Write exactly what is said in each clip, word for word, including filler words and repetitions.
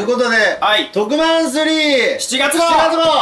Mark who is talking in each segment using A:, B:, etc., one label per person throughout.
A: いうことで、
B: はい、
A: 特番スリー
B: しちがつ号
A: しちがつ号イ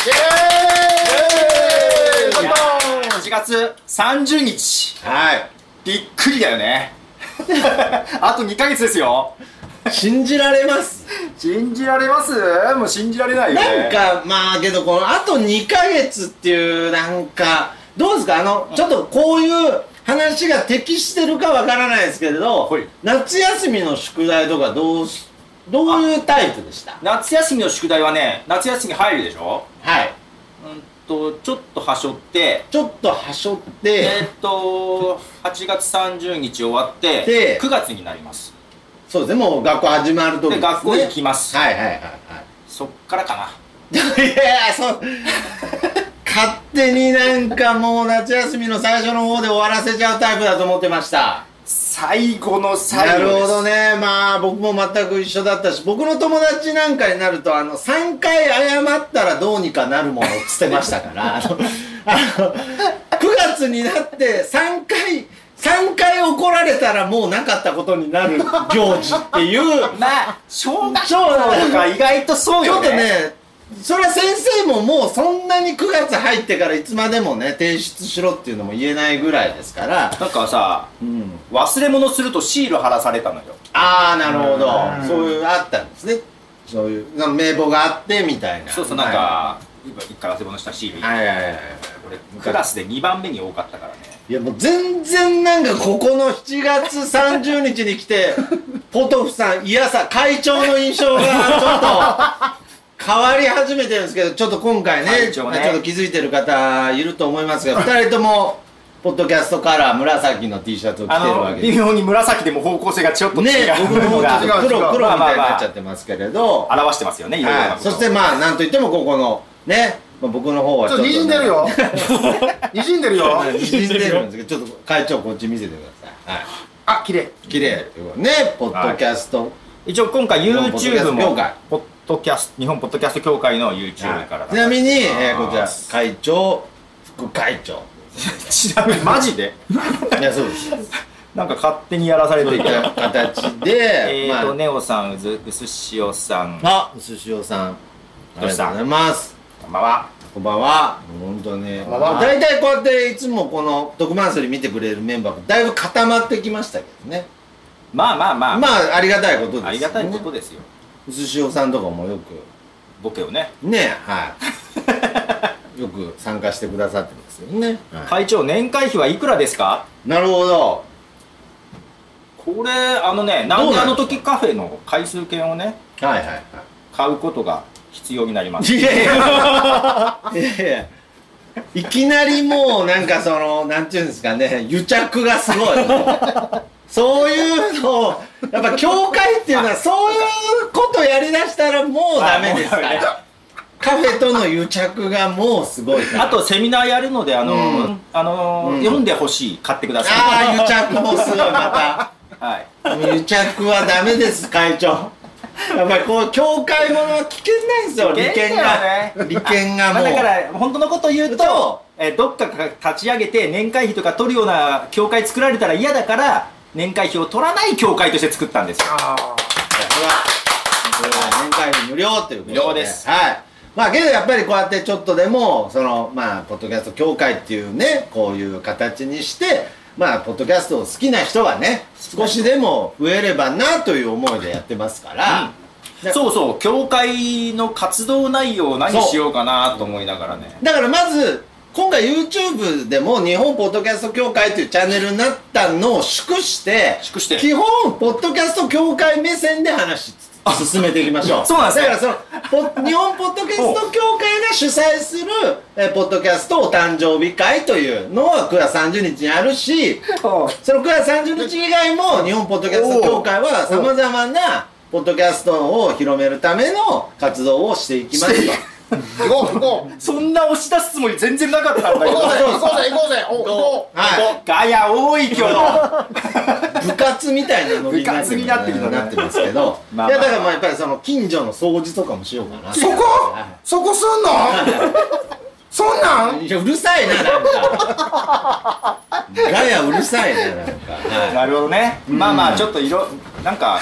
B: エーイしちがつさんじゅうにち、
A: はい、
B: びっくりだよねあとにかげつですよ。
A: 信じられます
B: 信じられます？もう信じられないよね。
A: なんかまあけどこのあとにかげつっていうなんかどうですか、あのちょっとこういう話が適してるかわからないですけれど、はい、夏休みの宿題とかどうどういうタイプでした？
B: 夏休みの宿題はね、夏休み入るでしょ。
A: はい。
B: うんとちょっとはしょって
A: ちょっとはしょって
B: えー、っとはちがつさんじゅうにち終わってでくがつになります。
A: そうですね、もう学校始まる時ですね。で
B: 学校行きます。
A: はいはいはいはい。
B: そっからかな。い
A: やいやそう勝手になんかもう夏休みの最初の方で終わらせちゃうタイプだと思ってました。
B: 最後の最後です。
A: なるほどね。まあ僕も全く一緒だったし、僕の友達なんかになるとあのさんかい謝ったらどうにかなるものをつってましたからあのあのくがつになってさんかいさんかい怒られたらもうなかったことになる行事っていう
B: まあ小学校とか意外とそうよね。
A: ちょっとね、それは先生ももうそんなにくがつ入ってからいつまでもね提出しろっていうのも言えないぐらいですから。
B: なんかさ、うん、忘れ物するとシール貼らされたのよ。あ
A: ああなるほど、そういうあったんですね。そういう名簿があってみたいな。
B: そうそう、なんか一回忘れ物したシール。
A: はいはいはいはい。
B: 俺クラスでにばんめに多かったからね。
A: いやもう全然なんかここのしちがつさんじゅうにちに来てポトフさん、いやさ会長の印象がちょっと変わり始めてるんですけど、ちょっと今回 ね, ねちょっと気づいてる方いると思いますが、ふたりともポッドキャストカラー紫の T シャツを着てるわけで、
B: 微妙に紫でも方向性がちょっと違うね。僕も
A: 黒黒みたいになっちゃってますけれど、
B: 表してますよね、いろいろなこと。
A: そしてまあなんといってもここのね、僕の方は
C: ちょっと滲んでるよ滲んでるよ
A: 滲んでるんですけど、ちょっと会長こっち見せてください。はい、
C: あ、綺麗
A: 綺麗ね、ポッドキャスト、
B: 一応今回 YouTube もポッドキャスト日本ポッドキャスト協会の YouTube から、
A: ちなみに、えー、こちら会長、副会長
B: ちなみにマジで
A: いやそうです
B: なんか勝手にやらされている
A: 形で
B: えーと、ネオさん、うず、うすしおさん、
A: あ、うすしおさん、ありがとうございます。
B: こんばんは。
A: こんばんは。本当ね、大体こうやっていつもこの特番祭り見てくれるメンバーがだいぶ固まってきましたけどね。
B: まあまあまあ
A: まあありがたいことですよね。
B: ありがたいことですよ。
A: うすしおさんとかもよく
B: ボケをね
A: ね、はいよく参加してくださってますよね。
B: 会長、年会費はいくらですか？
A: なるほど。
B: これあのね、なんであの時カフェの回数券をね、
A: はいはいはい、買
B: うことが必要になります。
A: いやいやいやいや、いきなりもうなんかそのなんていうんですかね、癒着がすごいそういうのをやっぱ教会っていうのはそういうことやりだしたらもうダメですから。カフェとの癒着がもうすごいから。
B: あとセミナーやるのであの、うん、あの、うん、読んでほしい、買ってください。
A: ああ、癒着もすごいまた。はい。癒着はダメです会長。やっぱりこう教会ものは危険なんですよ。利権が、ね、利権がもう。
B: だから本当のこと言うと、えどっかから立ち上げて年会費とか取るような教会作られたら嫌だから。年会費を取らない協会として作ったんですよ。ああ、
A: それは年会費無料っていうことで。
B: 無料です。
A: はい。まあけどやっぱりこうやってちょっとでもそのまあポッドキャスト協会っていうね、こういう形にしてまあポッドキャストを好きな人がね少しでも増えればなという思いでやってますから。
B: うん、そうそう、協会の活動内容を何しようかなと思いながらね。
A: だからまず。今回 YouTube でも日本ポッドキャスト協会というチャンネルになったのを祝して
B: 祝して
A: 基本ポッドキャスト協会目線で話進めていきましょう。
B: そうなんですね。
A: だからその日本ポッドキャスト協会が主催するえポッドキャストお誕生日会というのはくがつさんじゅうにちにあるし、そのくがつさんじゅうにち以外も日本ポッドキャスト協会はさまざまなポッドキャストを広めるための活動をしていきますと。
C: 行こう行こう。
B: そんな押し出すつもり全然なかったんだけど。
C: 行こうぜ行こうぜ行こうぜ。行こう。
A: はい。
B: ガヤ多い今日。
A: 部活みたいなノリになって
B: になってきた
A: なってますけど。いやだからまあやっぱりその近所の掃除とかもしようかな。
C: そこ？そこすんの？そんなん？
A: いやうるさいななんか。ガヤうるさいななんか。
B: なるほどね。まあまあちょっといろなんか。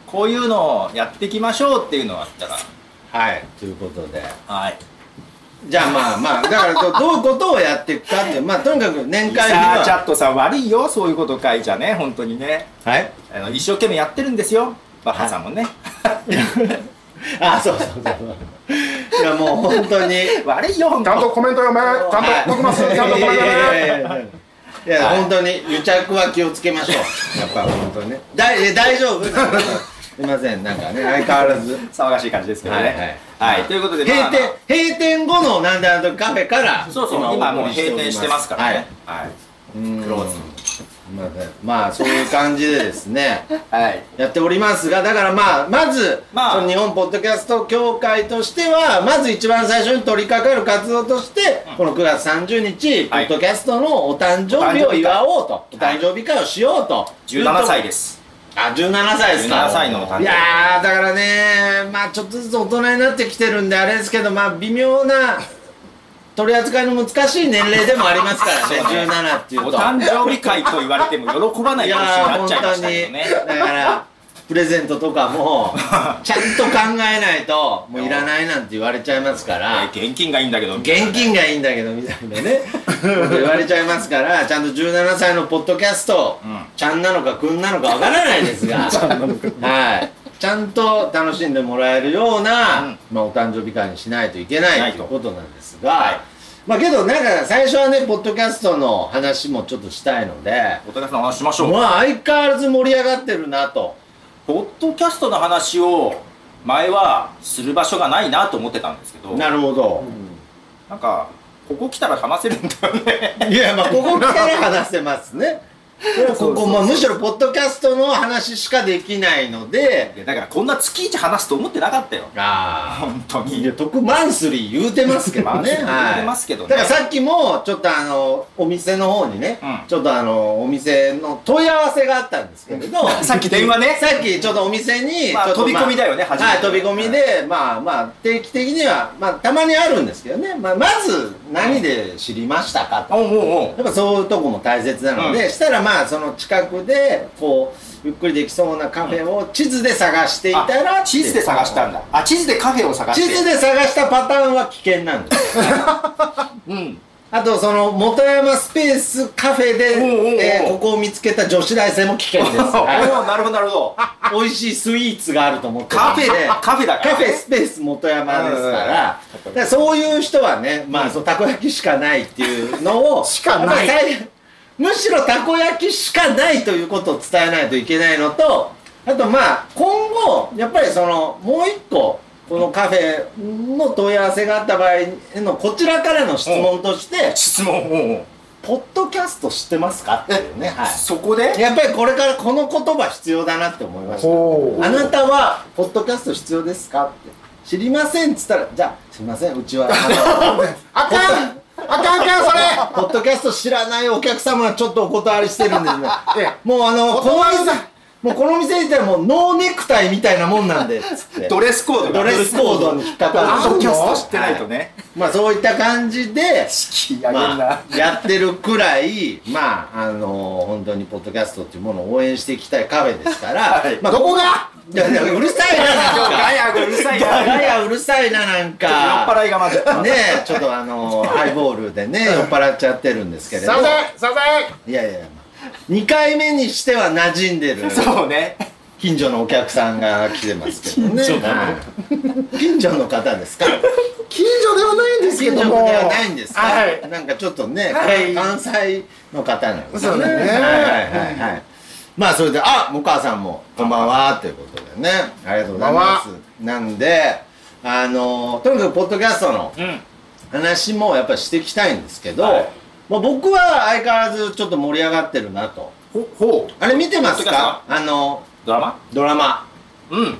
B: こういうのをやっていきましょうっていうのがあったら。
A: はいということで、
B: はい。
A: じゃあまあまあだからどどういうことをやっていくかっていうまあとにかく年会費は
B: さあチャットさん悪いよ、そういうこと書いちゃね、本当にね。
A: はい
B: あの一生懸命やってるんですよ、バッハさんもね。
A: あそうそうそういやもう本当に
B: 悪いよ、本当。
C: ちゃんとコメント読め。ちゃんと徳松ちゃんとコメント読
A: いやいやいや
C: め。
A: いやいや、
B: はい
A: 本当に癒着は気をつけましょうやっぱ本当にねだい大丈夫すいませんなんかね相変わらず
B: 騒がしい感じですけどね。
A: はい
B: はい、ということで、
A: 閉店
B: まあ
A: 閉店後のなんであの時カフェから
B: そうそう、今もう閉店してますからね。
A: はい
B: はい。
A: うん
B: クローズ。
A: まあねまあそういう感じでですね
B: はい。
A: やっておりますがだからまあまず、
B: まあ
A: その日本ポッドキャスト協会としてはまず一番最初に取り掛かる活動として、このくがつさんじゅうにち、
B: はい
A: ポッドキャストのお誕生日を祝おうとお誕生日会をしようと、
B: じゅうななさいです。
A: あじゅうななさいですか
B: じゅうななさいのお誕生日
A: いやーだからねまあちょっとずつ大人になってきてるんであれですけどまあ微妙な取り扱いの難しい年齢でもありますからね
B: そうね
A: じゅうななっていうと
B: お誕生日会と言われても喜ばない
A: い
B: 年に
A: やー
B: なっちゃいましたけどね。
A: 本当にだからプレゼントとかもちゃんと考えないともういらないなんて言われちゃいますから
B: えー現金がいいんだけど。
A: 現金がいいんだけどみたいなねこと言われちゃいますからちゃんとじゅうななさいのポッドキャスト、
B: うん
A: ちゃんなのかくんなのかわからないですがはいちゃんと楽しんでもらえるような、
B: うん
A: まあ、お誕生日会にしないといけない
B: ないと
A: ということなんですが、
B: はい
A: まあけどなんか最初はねポッドキャストの話もちょっとしたいので
B: お互いさんの話しましょう。
A: まあ相変わらず盛り上がってるなと
B: ポッドキャストの話を前はする場所がないなと思ってたんですけど、
A: なるほど、
B: なんかここ来たら話せるんだよね。
A: いやまあここ来たら話せますねここまあむしろポッドキャストの話しかできないので
B: いやだからこんな月一話すと思ってなかったよ。
A: ああ
B: 本当に。
A: いや特マンスリー言うてますけどね
B: マンスリー言うてますけどね
A: だからさっきもちょっとあのお店の方にね、
B: うん
A: ちょっとあのお店の問い合わせがあったんですけれど
B: さっき電話ね。
A: さっきちょっとお店に、
B: まあ
A: ちょっと
B: 飛び込みだよね初めて
A: はい飛び込みで、まあまあ定期的にはまあたまにあるんですけどね、まあ、まず何で知りましたかと、
B: おうおうおう。
A: やっぱそういうとこも大切なので、したらまあその近くでこうゆっくりできそうなカフェを地図で探していたら、
B: あ地図で探したんだ。あ、地図でカフェを探して。
A: 地図で探したパターンは危険なんですよ
B: うん。
A: あとその元山スペースカフェで、
B: おうおうおう
A: えーここを見つけた女子大生も危険です、
B: おお
A: は
B: なるほどなるほど。
A: い、美味しいスイーツがあると思ってるんで
B: カフェカフェだからね。
A: カフェスペース元山ですから、だからそういう人はね、まあそうたこ焼きしかないっていうのを
C: しかない
A: やっぱり最むしろたこ焼きしかないということを伝えないといけないのと、あとまあ今後やっぱりそのもう一個このカフェの問い合わせがあった場合のこちらからの質問として
B: 質問。おうおう。
A: ポッドキャスト知ってますかっていうね、は
B: そこで
A: い、やっぱりこれからこの言葉必要だなって思いました。
C: ほう
A: あなたはポッドキャスト必要ですかって知りませんっつったら、じゃあすいませんうちはあの
C: あかんあかんあかんそれ
A: ポッドキャスト知らないお客様はちょっとお断りしてるんですね
C: ええ
A: もうあのこの
C: 断る
A: 店もうこの店にいたらもうノーネクタイみたいなもんなんでつって
B: ドレスコードが
A: ドレスコードに引っかかる
B: ポッドキャスト知ってないとね。
A: まあそういった感じで
B: 敷居上げんな。
A: まあ、やってるくらいまああの本当にポッドキャストっていうものを応援していきたいカフェですから、
B: はい
A: まあ、
C: どこが
A: いやいやうるさいななんか
B: ガヤがうるさいな。
A: ガヤうるさいななん
B: 酔っ
A: か
B: 払いがまず。
A: ねえちょっとあのハイボールでね酔っ払っちゃってるんですけれど
C: させさせ
A: いやいやにかいめにしては馴染んでる
B: そうね。
A: 近所のお客さんが来てますけどね
B: 近所だね
A: はい近所の方ですか
C: 近所ではないんですけ
A: 近所
C: ども
A: ではないんですか、
C: はい
A: なんかちょっとね、
C: はい
A: 関西の方なんですよね
C: そうですね
A: はいはいはいはいまあそれであもかさんもこんばんはということでねありがとうございますなんであのとにかくポッドキャストの
B: うん。
A: 話もやっぱりしていきたいんですけど、
B: はい
A: まあ、僕は相変わらずちょっと盛り上がってるなと
B: ほ、ほう。
A: あれ見てます
B: ポッドキャ
A: かあの
B: ドラマ
A: ドラマ
B: うん。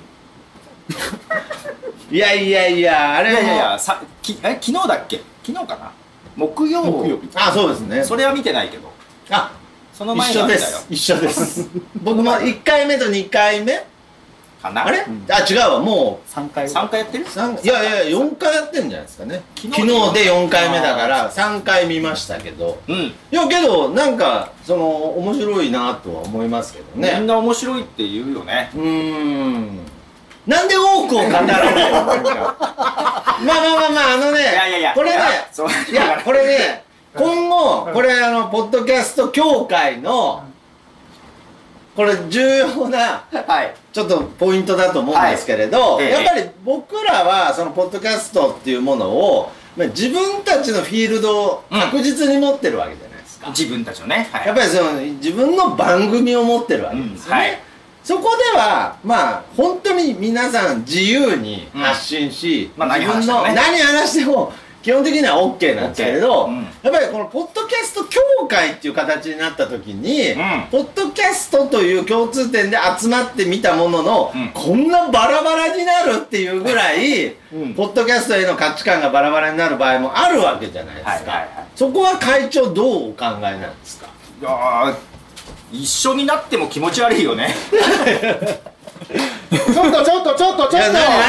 A: いやいやいやあ
B: い
A: れも
B: やいやいや、さ、き、え、昨日だっけ昨日かな木曜
C: 木曜日
A: あそうですね
B: それは見てないけど。
A: あ
B: その前
A: 一緒で
B: のあれだよ
A: す。一緒です僕もいっかいめとにかいめ
B: かな。
A: あれ、うん、あ違うわ、もう
B: さんかいさんかいやってる
A: いやいやよんかいやってんじゃないですかね。昨日でよんかいめだからさんかい見ましたけど、うん、いやけどなんかその面白いなとは思いますけどね。
B: みんな面白いって言うよね。
A: うーんなんで多くを語らないのなんかまあまあまあまああのね、いやいやいやこれねいやこれね今後これあのポッドキャスト協会のこれ重要なちょっとポイントだと思うんですけれど、はい、やっぱり僕らはそのポッドキャストっていうものを自分たちのフィールドを確実に持ってるわけじゃないですか、うん、
B: 自分たちのね、はい、
A: やっぱりその自分の番組を持ってるわけですよね、うんはい、そこではまあ本当に皆さん自由に発信し、うんまあ、自分の何話しても基本的には OK なんですけれど、うん、やっぱりこのポッドキャスト協会っていう形になった時に、うん、ポッドキャストという共通点で集まってみたものの、うん、こんなバラバラになるっていうぐらい、うん、ポッドキャストへの価値観がバラバラになる場合もあるわけじゃないですか、はいはいはい、そこは会長どうお考えなんですか？
B: いやー一緒になっても気持ち悪いよね
C: ちょっとちょっとちょっとちょっとちょっとちょっとちょっ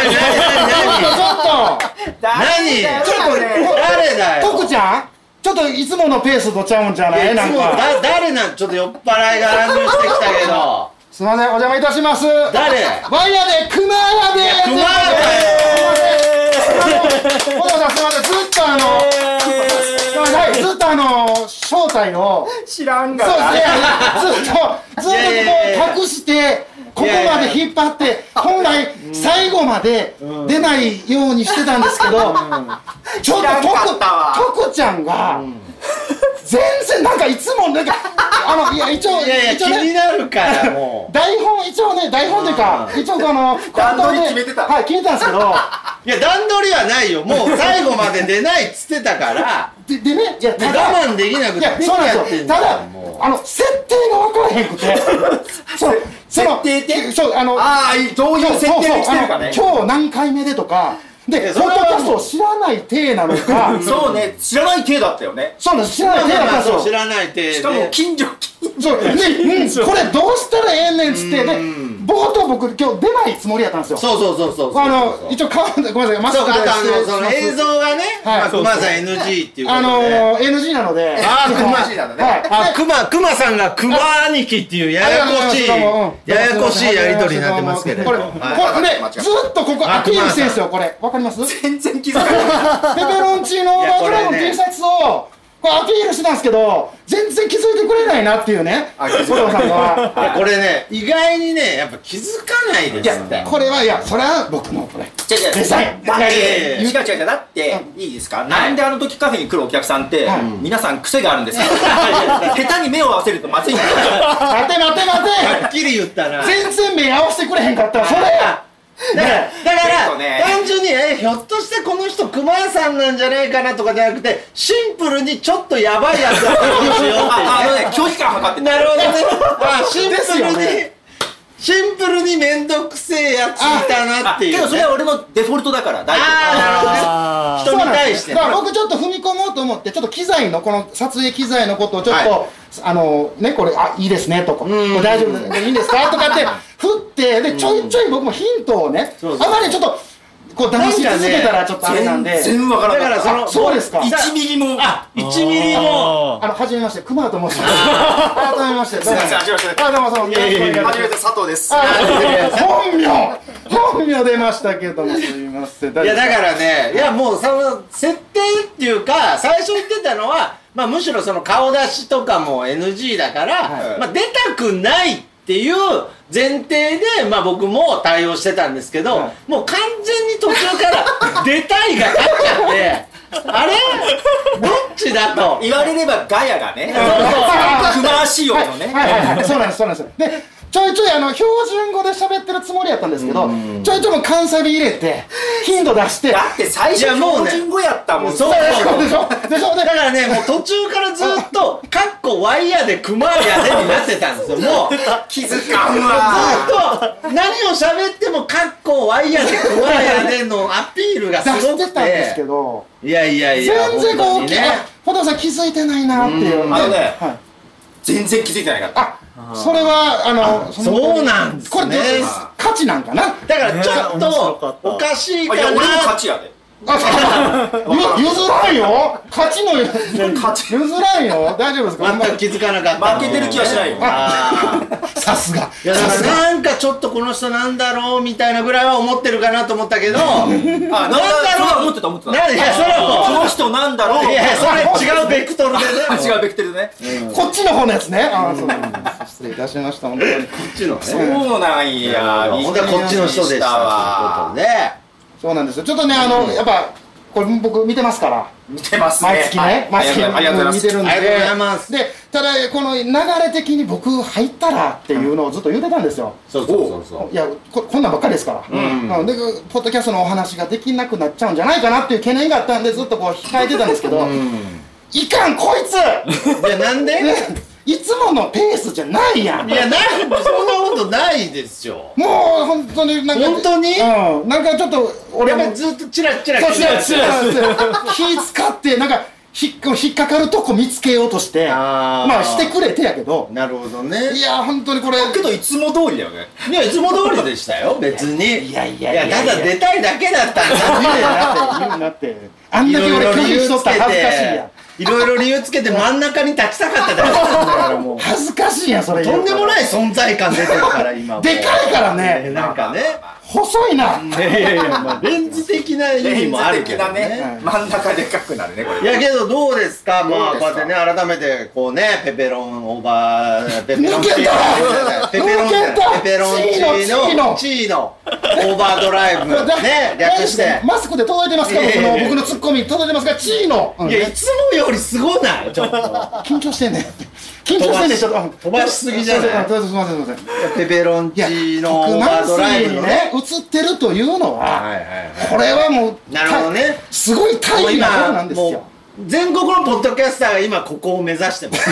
A: と何ちょっと誰だよ
C: 徳ちゃんちょっといつものペースとちゃうんじゃないなんか
A: だ誰なんちょっと酔っ払いが乱入してきたけど
C: すいませんお邪魔いたします
A: 誰
C: ワイヤで熊屋で
A: 熊屋
C: ですいません小田さんすいませんずっとあのはいずっとあの正体を
B: 知らんがな
C: そうですねずっとずっとここ隠してここまで引っ張って本来最後まで出ないようにしてたんですけどちょっと徳ちゃんが全然なんかいつもなんかあのいや一応
A: いやいや気になるからもう
C: 台本一応ね台本というか一応あの
B: 段取り決めてた
C: はい決めてたんですけど
A: いや段取りはないよもう最後まで出ないっつってたから
C: ででねいや
A: ただ我慢できなくて
C: いやそうなんですよただあの設定が分からへんくてそう
B: 設定って
C: そうあの
B: ああどういう設定で来てるかね
C: 今日何回目でとかで、ポッドキャストを知らない体なのか
B: そうね、知らない体だったよね
C: そうなんです、知らない体だったんですよ
A: 知らない体で
B: しかも近所
C: そうね、うん、これどうしたらええねんっつってで冒頭僕今日出ないつもりやったんですよ
A: そうそうそうそう
C: あの一応顔ごめんなさいマスクで
A: あとあのその映像がね熊さん エヌジー っていうことで
C: あの エヌジー なので
A: ああ熊 エヌジー なんだねあ熊熊さんが熊兄貴っていうややこしいややこしいやりとりになってますけれど
C: これこれでずっとここアピールしてるんですよこれわかります
B: 全然気づかない
C: ペペロンチーノオーバードラゴン T シャツをこれアピールしてたんですけど全然気づいてくれないなっていうね
A: あ気づかないいやこれね意外にねやっぱ気づかないですっていや
C: これはいやそれは僕のこれ
B: 違う違う
C: デザイン
B: だって違う違う違うだっていいですかなんであの時カフェに来るお客さんって皆さん癖があるんですか下手に目を合わせるとまずいんだよ
C: 待て待て待て
A: はっきり言ったな
C: 全然目合わせてくれへんかったらそれや
A: だからだから単純にえひょっとしてこの人熊谷さんなんじゃないかなとかじゃなくてシンプルにちょっとヤバいやつだったりしようって
B: あのね拒否感測って
A: なるほどねあシンプルにシンプルに面倒くせえやついたなっていう、ね、
B: けどそれは俺のデフォルトだから大丈夫
A: ああ人に対して、
C: ね、だから僕ちょっと踏み込もうと思ってちょっと機材のこの撮影機材のことをちょっと、はい、あのねこれあいいですねとかこれ大丈夫でいいんですかとかって振ってでちょいちょい僕もヒントをねあまりちょっとこう騙し続けたらちょっとあれなんで
B: 全然わからなかった
C: だからそのそうですか
B: いちミリも
A: あいちミリも
C: あの初めまして熊田と申します改めまして
B: すみません初めまして
C: あどうもどうも初
B: めて佐藤です
C: 本名本名出ましたけどもすみませんい
A: やだからねいやもうその設定っていうか最初言ってたのはまあむしろその顔出しとかも エヌジー だからまあ出たくないっていう前提でまあ僕も対応してたんですけど、はい、もう完全に途中から出たいが勝っちゃってあれどっちだと
B: 言われればガヤがね熊仕様のね
C: はいはいはいそうなんですそうなんですでちょいちょいあの標準語で喋ってるつもりやったんですけどちょいちょいも関西弁入れて頻度出して
B: だって最初標準語やったもん
A: そうでしょでしょでしょだからねもう途中からずっとカッコワイヤで熊やでになってたんですよもう
B: 気づかんわ
A: ずっと何を喋ってもカッコワイヤで熊やでのアピールがすごくて
C: 出してたんですけど
A: いやいやいや
C: 全然こうポトさん気づいてないなっていう
B: あのね全然気づいてないから
C: あそれはあの
A: そうなんですね
C: これカ勝ちなんかな。
A: だからちょっとおかしいかな。
B: いや俺も勝ちやで。
C: あ、ゆ譲らんよ。勝ちの
B: 勝ち
C: 譲らんよ。大丈夫ですか。
A: 全く気づかなかった。
B: 負けてる気はしないよ。
A: あ
C: さすが。
A: いやだからなんかちょっとこの人なんだろうみたいなぐらいは思ってるかなと思ったけど、あ、なんだ
B: ろう。思ってた思ってた。
A: いやそれは
B: この人なんだろう。
A: いやそれ違うベクトルでね。
B: 違うベクトルでね。
C: こっちの方のやつね。あ、そう。失礼いたしました。本当に。
A: こっちのね。
B: そうなんや。
A: ほんでこっちの人でしたということで。
C: そうなんですよ。ちょっとね、あの、やっぱ、これ僕見てますから。
B: 見てますね。
C: 毎月ね。毎月
B: ありがとうございます。
C: 見てるんで。
A: ありがとうございます。
C: で、ただ、この流れ的に僕入ったらっていうのをずっと言ってたんですよ。
A: そうそうそうそう。
C: いや、こ、こんなんばっかりですから。うん。で、ポッドキャストのお話ができなくなっちゃうんじゃないかなっていう懸念があったんで、ずっとこう控えてたんですけど、いかん、こいつ
A: いや、なんで
C: いつものペースじゃないやん。
A: いや、なんそんなことないですよ。
C: もう本当になんか
A: 本当に
C: うん、なんかちょっと俺も
A: ずっとチラチラ
C: そうチラチラ気使ってなんか引っ引っかかるとこ見つけようとして
A: あ
C: まあしてくれてやけど、
A: なるほどね。
C: いや本当にこれ
B: けどいつも通りだよね。
A: いやいつも通りでしたよ別に。
C: いやいやいや
A: いやただ出たいだけだったんだ。
C: 言うなって言うなってあんだけ俺拒否しとったら恥ずかしいやん。
A: いろいろ理由つけて真ん中に立ちたかっただけなんだからもう
C: 恥ずかしいやんそれ。
A: とんでもない存在感出てるから今も
C: でかいからね。
A: なんかね
C: 細いな。
A: いやいやまあレンズ的な意味もあるけどね。
B: 真ん中でかくなるねこれ。
A: いやけどどうですか。まあこうやってね改めてこうねペペロンオーバーペペロンチーノペペロンペペロンチーノチーノオーバードライブね略して
C: マスクで届いてますか。僕の僕のツッコミ届いてますか。チーノ。
A: いやいつもよりすごないちょっと
C: 緊張してんね。緊張してんねちょっと
A: 飛ばしすぎじゃない。
C: すみませんすみません。
A: ペペロンチーノオーバードライブのね
C: 映ってるというのは、
A: はいはいはい、
C: これはもう
A: なるほどね
C: すごい大変なことなんですよ。
A: 全国のポッドキャスターが今ここを目指してます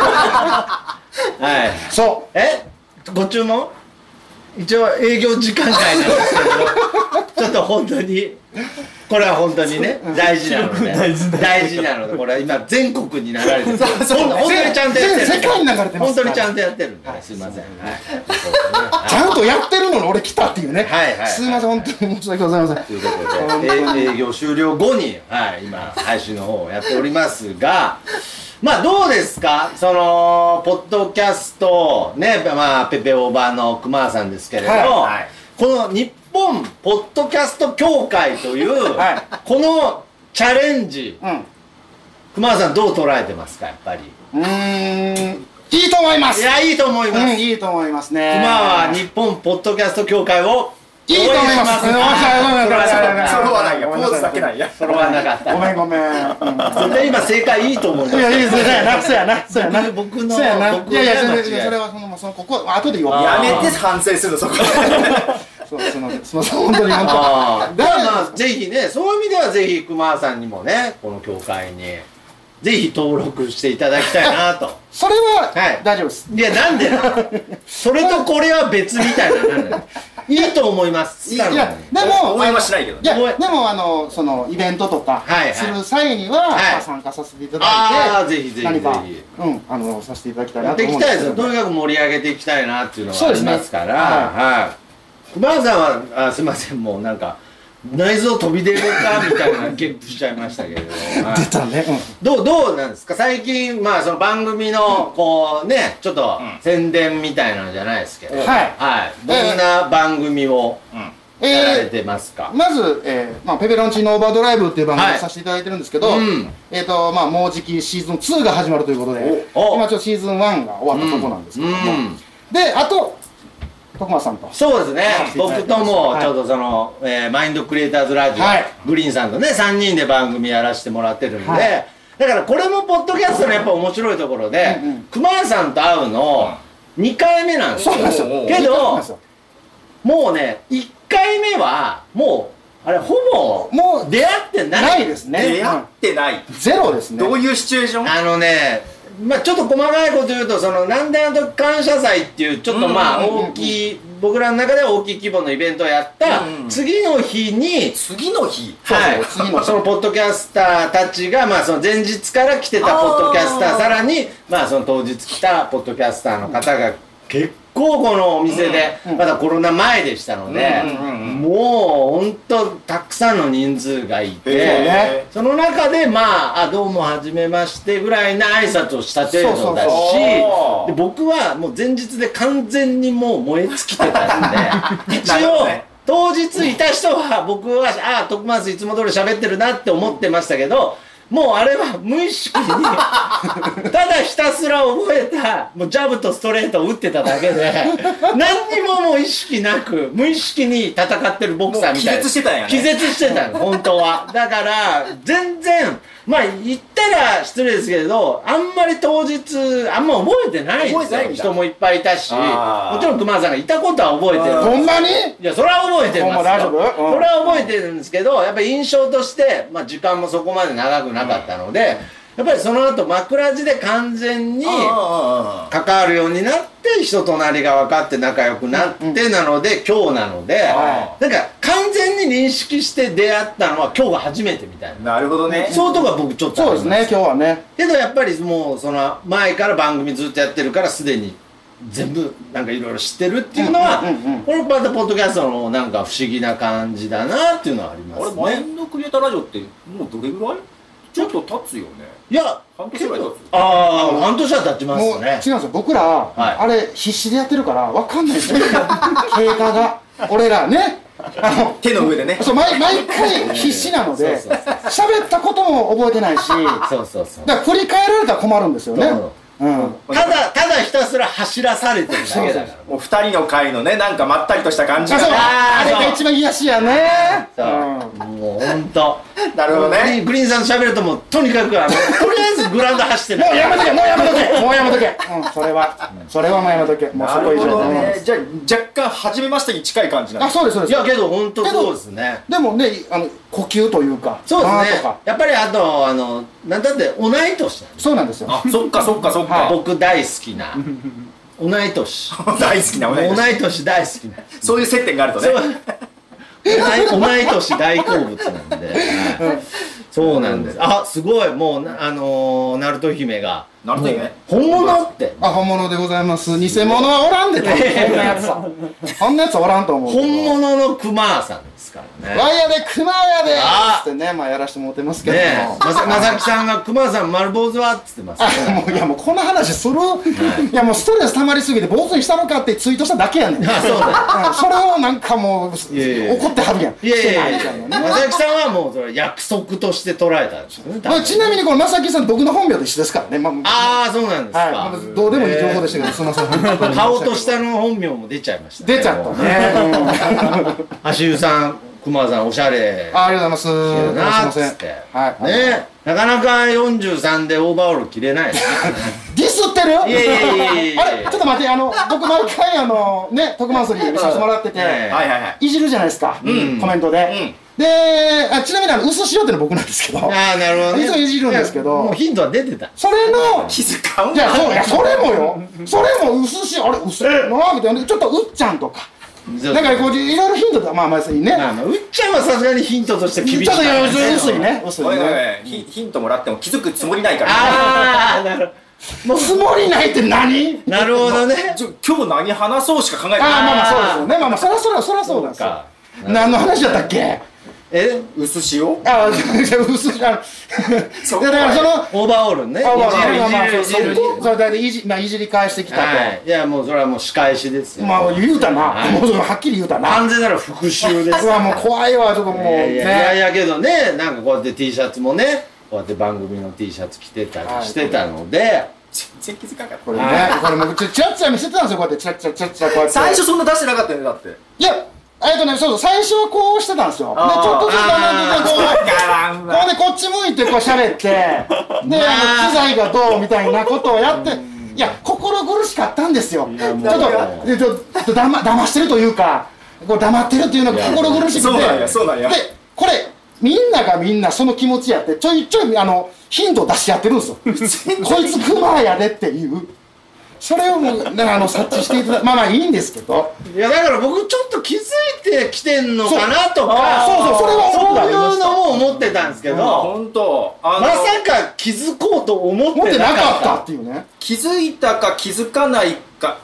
A: はい
C: そう
A: えご注文一応営業時間外なんですけどちょっと本当にこれは本当にね大事なので大事なのでこれは今全国に流れてる本当にちゃんとやってる
C: 世界に流れてます
A: 本当にちゃんとやってるんで、すいません、
C: ちゃんとやってるのに俺来たっていうね。
A: はいはい
C: すいません本当に申し訳ございません
A: ということで営業終了後にはい今配信の方をやっておりますがまあどうですかそのポッドキャストねまあペペオーバーの熊さんですけれど、はいはい、この日本ポッドキャスト協会という、はい、このチャレンジ、うん、熊さんどう捉えてますかやっぱり。
C: うーんいいと思います。
A: いやいいと思います、
C: うん、いいと思いますね。
A: 熊は日本ポッドキャスト協会を
C: いいと思います。それ
B: はないや。ポーズだけないや。
A: それはなかった。
C: ごめんごめん。
A: それ今正解いいと思います。
C: いやいいですね。なそうやな。そうやな。
A: 僕の
C: そうやな。いやいやそれはそのそのここ後で言おう。
B: やめて反省するのそこ。
C: そうそのその本当に本当。
A: だからまあぜひねそういう意味ではぜひ熊さんにもねこの協会にぜひ登録していただきたいなと。
C: それは大丈夫です。
A: いやなんでそれとこれは別みたいな。いいと思います。
C: いやでも
B: 応援はしないけど。
C: いやでもあのそのイベントとかする際には参加させていただいて、
A: ぜひぜひ
C: 何かうんあのさせていただきたいなと思うん
A: ですけど。やっていきたいですよ。とにかく盛り上げていきたいなっていうのはありますから。はい。熊さんはすみませんもうなんか。内臓飛び出るかみたいなゲップしちゃいましたけれど
C: 出たね、
A: うん、どうどうなんですか最近まあその番組のこうねちょっと宣伝みたいなのじゃないですけど、うん、はい、はい、どんな番組をやられてますか。
C: えー、まず、えーまあ、ペペロンチーノオーバードライブっていう番組をさせていただいてるんですけど、はい、うん、えっとまあもうじきシーズンツーが始まるということで今ちょっとシーズンワンが終わったとこなんですけども、うんうん、であと徳間さんと
A: そうですね僕ともちょっとその、はいえー、マインドクリエイターズラジオ、はい、グリーンさんとねさんにんで番組やらせてもらってるんで、はい、だからこれもポッドキャストのやっぱ面白いところで、うんうん、熊さんと会うのにかいめなんですよ。
C: そうなんですよ
A: けどもうねいっかいめはもうあれほぼもう出会ってない
C: ないですね。
B: 出会ってない、
C: うん、ゼロですね。
B: どういうシチュエーション。
A: あのねまあちょっと細かいこと言うとそのなんであの時感謝祭っていうちょっとまあ大きい僕らの中では大きい規模のイベントをやった次の日に
B: 次の日
A: はい次のそのポッドキャスターたちがまあその前日から来てたポッドキャスターさらにまあその当日来たポッドキャスターの方が結構このお店で、
C: うん
A: まだコロナ前でしたので、
B: うんうんうんうん
A: もうほんとたくさんの人数がいて、
B: へ
A: その中でまあ「あどうもはじめまして」ぐらいな挨拶をした程度だし、
C: そうそう
B: そう
A: で僕はもう前日で完全にもう燃え尽きてたんで一応
B: なるほどね
A: 当日いた人は僕は「ああ徳松いつも通り喋ってるな」って思ってましたけど、もうあれは無意識にただひたすら覚えたもうジャブとストレートを打ってただけで何にももう意識なく無意識に戦ってるボクサーみたいな
B: もう気絶してたんやね
A: 気絶してたの本当は。だから全然まあ言ったら失礼ですけれど、あんまり当日あんま覚えてないですよ。
B: 覚えてないんだ
A: 人もいっぱいいたし、
B: あー
A: もちろん熊田さんがいたことは覚えてる。
C: ほんまに
A: いやそれは覚えてますよ。
C: ほんま大丈夫うん
A: それは覚えてるんですけど、やっぱり印象として、まあ、時間もそこまで長くなかったので、やっぱりその後枕地で完全に
B: あ
A: 関わるようになって人となりが分かって仲良くなってなので、今日なので、
C: は
A: なんか完全に認識して出会ったのは今日が初めてみたいな。
B: なるほどね。
A: そういうとこは僕ちょっとあります
C: そうですね今日はね。
A: けどやっぱりもうその前から番組ずっとやってるからすでに全部なんかいろいろ知ってるっていうのは、
C: うんうんうんうん
A: これまたポッドキャストのなんか不思議な感じだなっていうのはあり
B: あれ、
A: ますね。
B: マインドクリエイターラジオってもうどれぐらいちょっと経つよね。
A: いや
B: 半年ぐらい経つ。
A: ああ半年は経ちま
C: もう違うん
A: すね。
C: ですよ僕ら、
A: い
C: あれ必死でやってるから分かんないですよ経過が俺らねあの
B: 手の上でね。
C: そう毎毎回必死なので
A: そうそう
C: 喋ったことも覚えてないしだか
A: そうそうそう。
C: ら振り返られたら困るんですよね
A: そう
C: うん
A: ただただひたすら走らされてるだけだから。
B: もう二人の会のね、なんかまったりとした感じ
C: あそう
B: がね。
C: あれが一番癒しやね
A: そう
C: うん
A: もうほんと。
B: なるほど
A: グリー
B: ね。
A: ングリーンさんと喋るともうとにかくあのとりあえずグラウンド走って
C: もう
A: る。
C: やめとけもうやめとけもうやめとけうんそれはそれはもうやめとけもうそこ以
B: なるほど
C: 上はね。
B: ねじゃあ若干初めましてに近い感じなんです。
C: あそうですそうです
A: いやけどほんとそうですね。
C: でもねあの呼吸というか
A: そうですね
C: 間とか
A: やっぱりあとあのなんだって同い年なんです
C: そうなんですよ
B: あ、そっかそっかそっ
C: は
B: か。
A: 僕大好きな同い年
B: 大好きな同い
A: 同
B: 年。
A: い年大好きな
B: そういう接点があるとね
A: そう。同い同い年大好物なんで、はいそうなんです。あすごいもうなあのー、ナルト姫が
B: ナルト姫
A: もう本物って
C: あ本物でございます偽物はおらんで多分こんなやつはこんなやつはおらんと思うけど
A: 本物のクマさんですからね。
C: ワイヤで熊やで
A: あ
C: ーってねまあやらしてもらってますけども、
A: ねえまさまさきさんがクマさん丸坊主はっつってます
C: あもういやもうこの話する、い、やもうストレス溜まりすぎて坊主にしたのかってツイートしただけやねん
A: あそうだ
C: うんそれをなんかもう
A: いやいやいや
C: 怒ってはるやん
A: いやいやい
C: してない
A: や
C: みたいなね
A: まさきさんはもうそれ約束として捉えたんですよね多分
C: まあ、ちなみにこのまさきさん僕の本名と一緒ですからね、まあ
A: ああそうなんですか、
C: はいまあ、どうでもいい情報でしたけど、すみません
A: 顔と下の本名も出ちゃいましたね
C: 出ちゃったね、うん
A: 足湯さん熊さんおしゃれ
C: あありがとうございます。
A: だなっ
C: すいません
A: つって
C: はい。
A: ねなかなかよんじゅうさんでオーバーオール着れないです
C: ディスってる？
A: いやいやいやいや
C: あれちょっと待ってあの僕毎回あのね特番釣り見させてもらってて、
A: はい
B: はいはいはい。
C: いじるじゃないですか、
A: ん
C: コメントで。であちなみにあの薄塩っての僕なんですけど、
A: ああなるほどね
C: いつもいじるんですけど
A: いやもうヒントは出てた
C: それの
B: 気遣うん
C: いやそういや
B: だ。
C: それもよ、それも薄塩あれ薄塩なみたいなちょっとうっちゃんとか。だからこういろいろヒントとまあまあいいね。
A: まあまあうっちゃんはさすがにヒントとして厳しい
C: ちょっといや薄
A: い
C: 薄いね薄い
B: おいおいおい
C: ね。
B: ヒヒントもらっても気づくつもりないから。
A: ああなる
C: もうつもりないって何？
A: なるほどね
B: ちょ今日何話そうしか考えて
C: ああまあ
B: ない。
C: まあそうですよねまあまあそらそらそらそうなんですよ。
A: か
C: 何の話だったっけ？
A: え
B: 薄塩？
C: ああじゃあ薄いあ
B: そ
C: のだからその
A: オーバーオールね
C: あまあまあまあ
A: いじるいじるいじるいじる
C: それでいじまあいじり返してきたと。
A: はいいやもうそれはもう仕返しですよ
C: まあ言うたな
A: はい
C: もうそれはっきり言うたな。
A: 完全なる復讐です
C: うわもう怖いわちょっともう
A: いやいやいやい
C: ね。
A: やけどねなんかこうやって T シャツもねこうやって番組の T シャツ着てたりしてたので
B: 全然気づかなかった
C: これねこれもうちチラッチラ見せてたんですよこうやってチラッチラチラッチラこうやって。
B: 最初そんな出してなかったよねだって。
C: いやえっとねそうそう最初はこうしてたんですよ。でちょ
B: あー
C: っとずつだんだんこう。
B: わからんわ。
C: こうでこっち向いてこう喋ってで、あの機材がどうみたいなことをやっていや心苦しかったんですよちょっ
A: もう
C: とでちょっとだま騙してるというかこう黙ってるっていうのが心苦しくて
B: そうなんやそうなんや
C: でこれみんながみんなその気持ちやってちょいちょいあのヒントを出し合ってるんですよこいつクマやでっていうそれをもうだからあの察知していただまあまあいいんですけど
A: いやだから僕ちょっと気づいてきてんのかなとか
C: そうそうそれは思ってた
A: そういうのも思ってたんですけど
B: 本当あの
A: まさか気づこうと思っ
C: 持っててな
A: なかっ
C: かったたっていうね
B: 気づいたか気づかないか一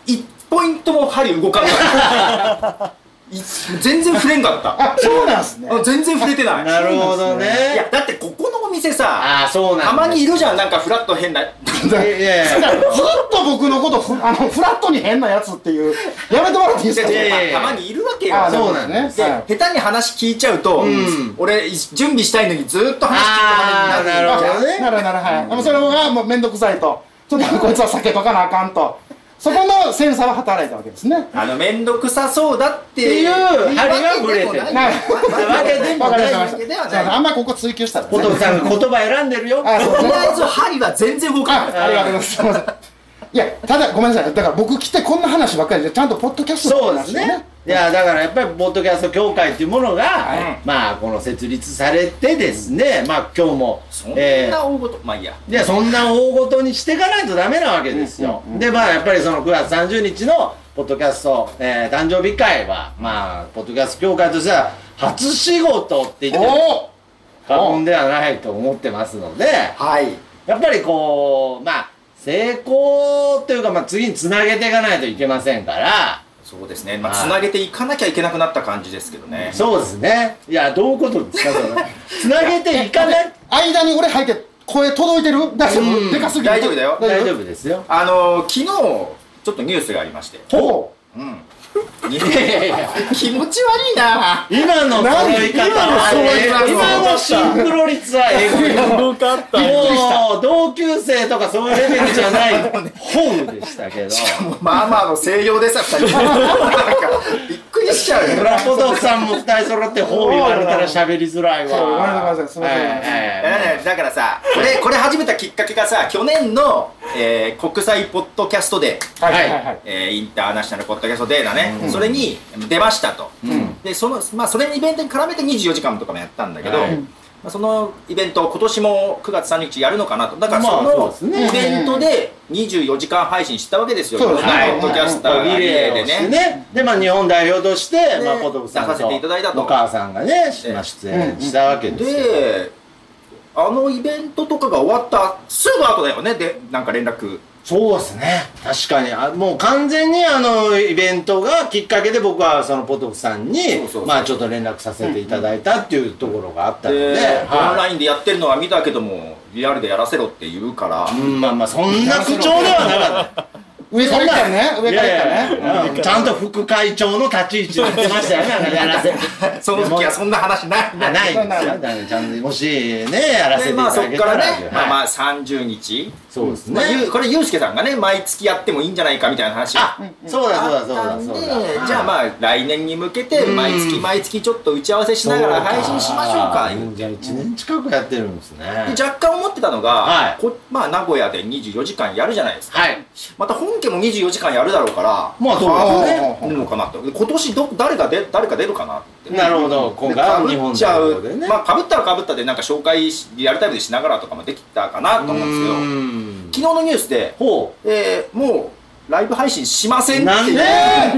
B: ポイントも針動かんないい全然触れんかった
C: あ、そうなんすね。
B: あ全然触れてない
A: なるほど
B: いや
A: ね。
B: だってここのお店さ
A: ああ、そうなんだ。
B: たまにいるじゃん、なんかフラット変ない
A: やいやいや。
C: ずっと僕のことふあのフラットに変なやつっていうやめてもらっていいですか。
A: いやいやいや
B: たまにいるわけよ。
C: あ
A: そうなん
C: です
B: で、
C: ね。
B: 下手に話聞いちゃうと、
A: ん
B: 俺準備したいのにずっと話聞い
A: あー
B: てるのに
A: なるほどね
C: なるなるはい。でもそれがもう面倒くさいと、ちょっとこいつは避けとかなあかんと、そこのセンサーは働いたわけですね。
B: あの面倒くさそうだって
A: っていう針が触れてる
B: わけでもない
C: はい。
A: わけでも
C: わかりました。
B: わ
C: わかりました。
B: けではない
C: あんまりここ追求したらね。
A: ポトフさんが言葉選んでるよ。
C: あ、そうね。
B: とりあえず針は全然動かない
C: あ、ありがとうございます。すみません。いや、ただごめんなさい。だから僕来てこんな話ばっかりで、ちゃんとポッドキャスト
A: そうですね。いやだからやっぱりポッドキャスト協会っていうものが、
B: はい
A: まあこの設立されてですね、まあ今日も
B: そん
A: えー
B: な大事、まあいいや
A: いやそんな大ごとにしていかないとダメなわけですよ、
C: うんうんうん
A: でまあやっぱりそのくがつさんじゅうにちのポッドキャスト、えー誕生日会はまあポッドキャスト協会としては初仕事って言っても過言ではないと思ってますので、
B: はい
A: やっぱりこうまあ成功というか、まあ、次につなげていかないといけませんから
B: そうですね、まあ、
A: はい
B: つなげていかなきゃいけなくなった感じですけどね
A: そうですね。いやどういうことですかそれつなげていかない
C: 間に俺入って声届いてる？大丈
A: うん
C: 夫？でかすぎる？
B: 大丈夫だよ
A: 大丈夫ですよ。
B: あのー、昨日ちょっとニュースがありまして
C: ほ
B: うん
A: いやいやいや
B: 気持ち悪いな
A: 今の揃い方は
B: 何
A: 今のシンクロ率はえぐい
D: よかった
A: もう同級生とかそういうレベルじゃない本でしたけど
B: まあまあの声量でさふたりなんかびっくりしちゃうよ
A: ブラポドフさんもふたり揃って本言われたら喋りづらいわ
C: そうごめんなさいすいません
A: はいはい
B: だからだからさこれこれ始めたきっかけがさ去年の、えー国際ポッドキャストデー
C: う。はいはいはいはい。
B: えーインターナショナルポッドキャストデーだね、それに出ましたと、
A: ん
B: でその、まあ、それにイベントに絡めてにじゅうよじかんとかもやったんだけど、
A: はい
B: まあ、そのイベントを今年もくがつさんじゅうにちやるのかなとだから
A: まあ
B: その
A: そうですね
B: イベントでにじゅうよじかん配信したわけですよ、
C: そうですね
B: いろんなポッドキャスターが
A: リ
B: リレーで
A: レーをして
B: ね
A: ねでまあ日本代表としてまあポトフさん
B: 出させていただいたと
A: とお母さんがねまあ出演したわけですよ
B: であのイベントとかが終わったすぐ後だよねでなんか連絡
A: そうですね確かにあもう完全にあのイベントがきっかけで僕はそのポトフさんに
B: そうそうそう
A: まあちょっと連絡させていただいたっていうところがあったので、
B: で、
A: はい
B: オンラインでやってるのは見たけどもリアルでやらせろって言うから、
A: うんまあまあそんな口調ではなかった
C: 上から来たね。上から来た
A: いやい
C: ね。
A: やいやちゃんと副会長の立ち位置になってましたよねなんかやらせ
B: その時はそんな話ない
A: あないんですよだからちゃんともしねやらせて
B: でまあ
A: いただけ
B: そっから
A: たら
B: ね、まあま
A: はい
B: あさんじゅうにち
A: そうですね
B: まあゆうこれゆうすけさんがね毎月やってもいいんじゃないかみたいな話
A: あそうだそうだそう
B: あったんで
A: だそうだ
B: じゃあまあ来年に向けて毎月毎月ちょっと打ち合わせしながら配信しましょうか
A: そうじゃあいちねん近くやってるんですね
B: で若干思ってたのが、
A: はい
B: こまあ名古屋でにじゅうよじかんやるじゃないですか、
A: はい
B: また本家もにじゅうよじかんやるだろうから
A: まあそうですね
B: いるのかなとで今年ど誰が出誰か出るかなって
A: なるほど今回は日本
B: かぶっちゃう
A: 代表でね
B: まあかぶったらかぶったでなんか紹介しリアルタイムでしながらとかもできたかなと思うんですけど
A: ん
B: 昨日のニュースで、
A: ほ
B: えー、もうライブ配信しませんって
A: なんで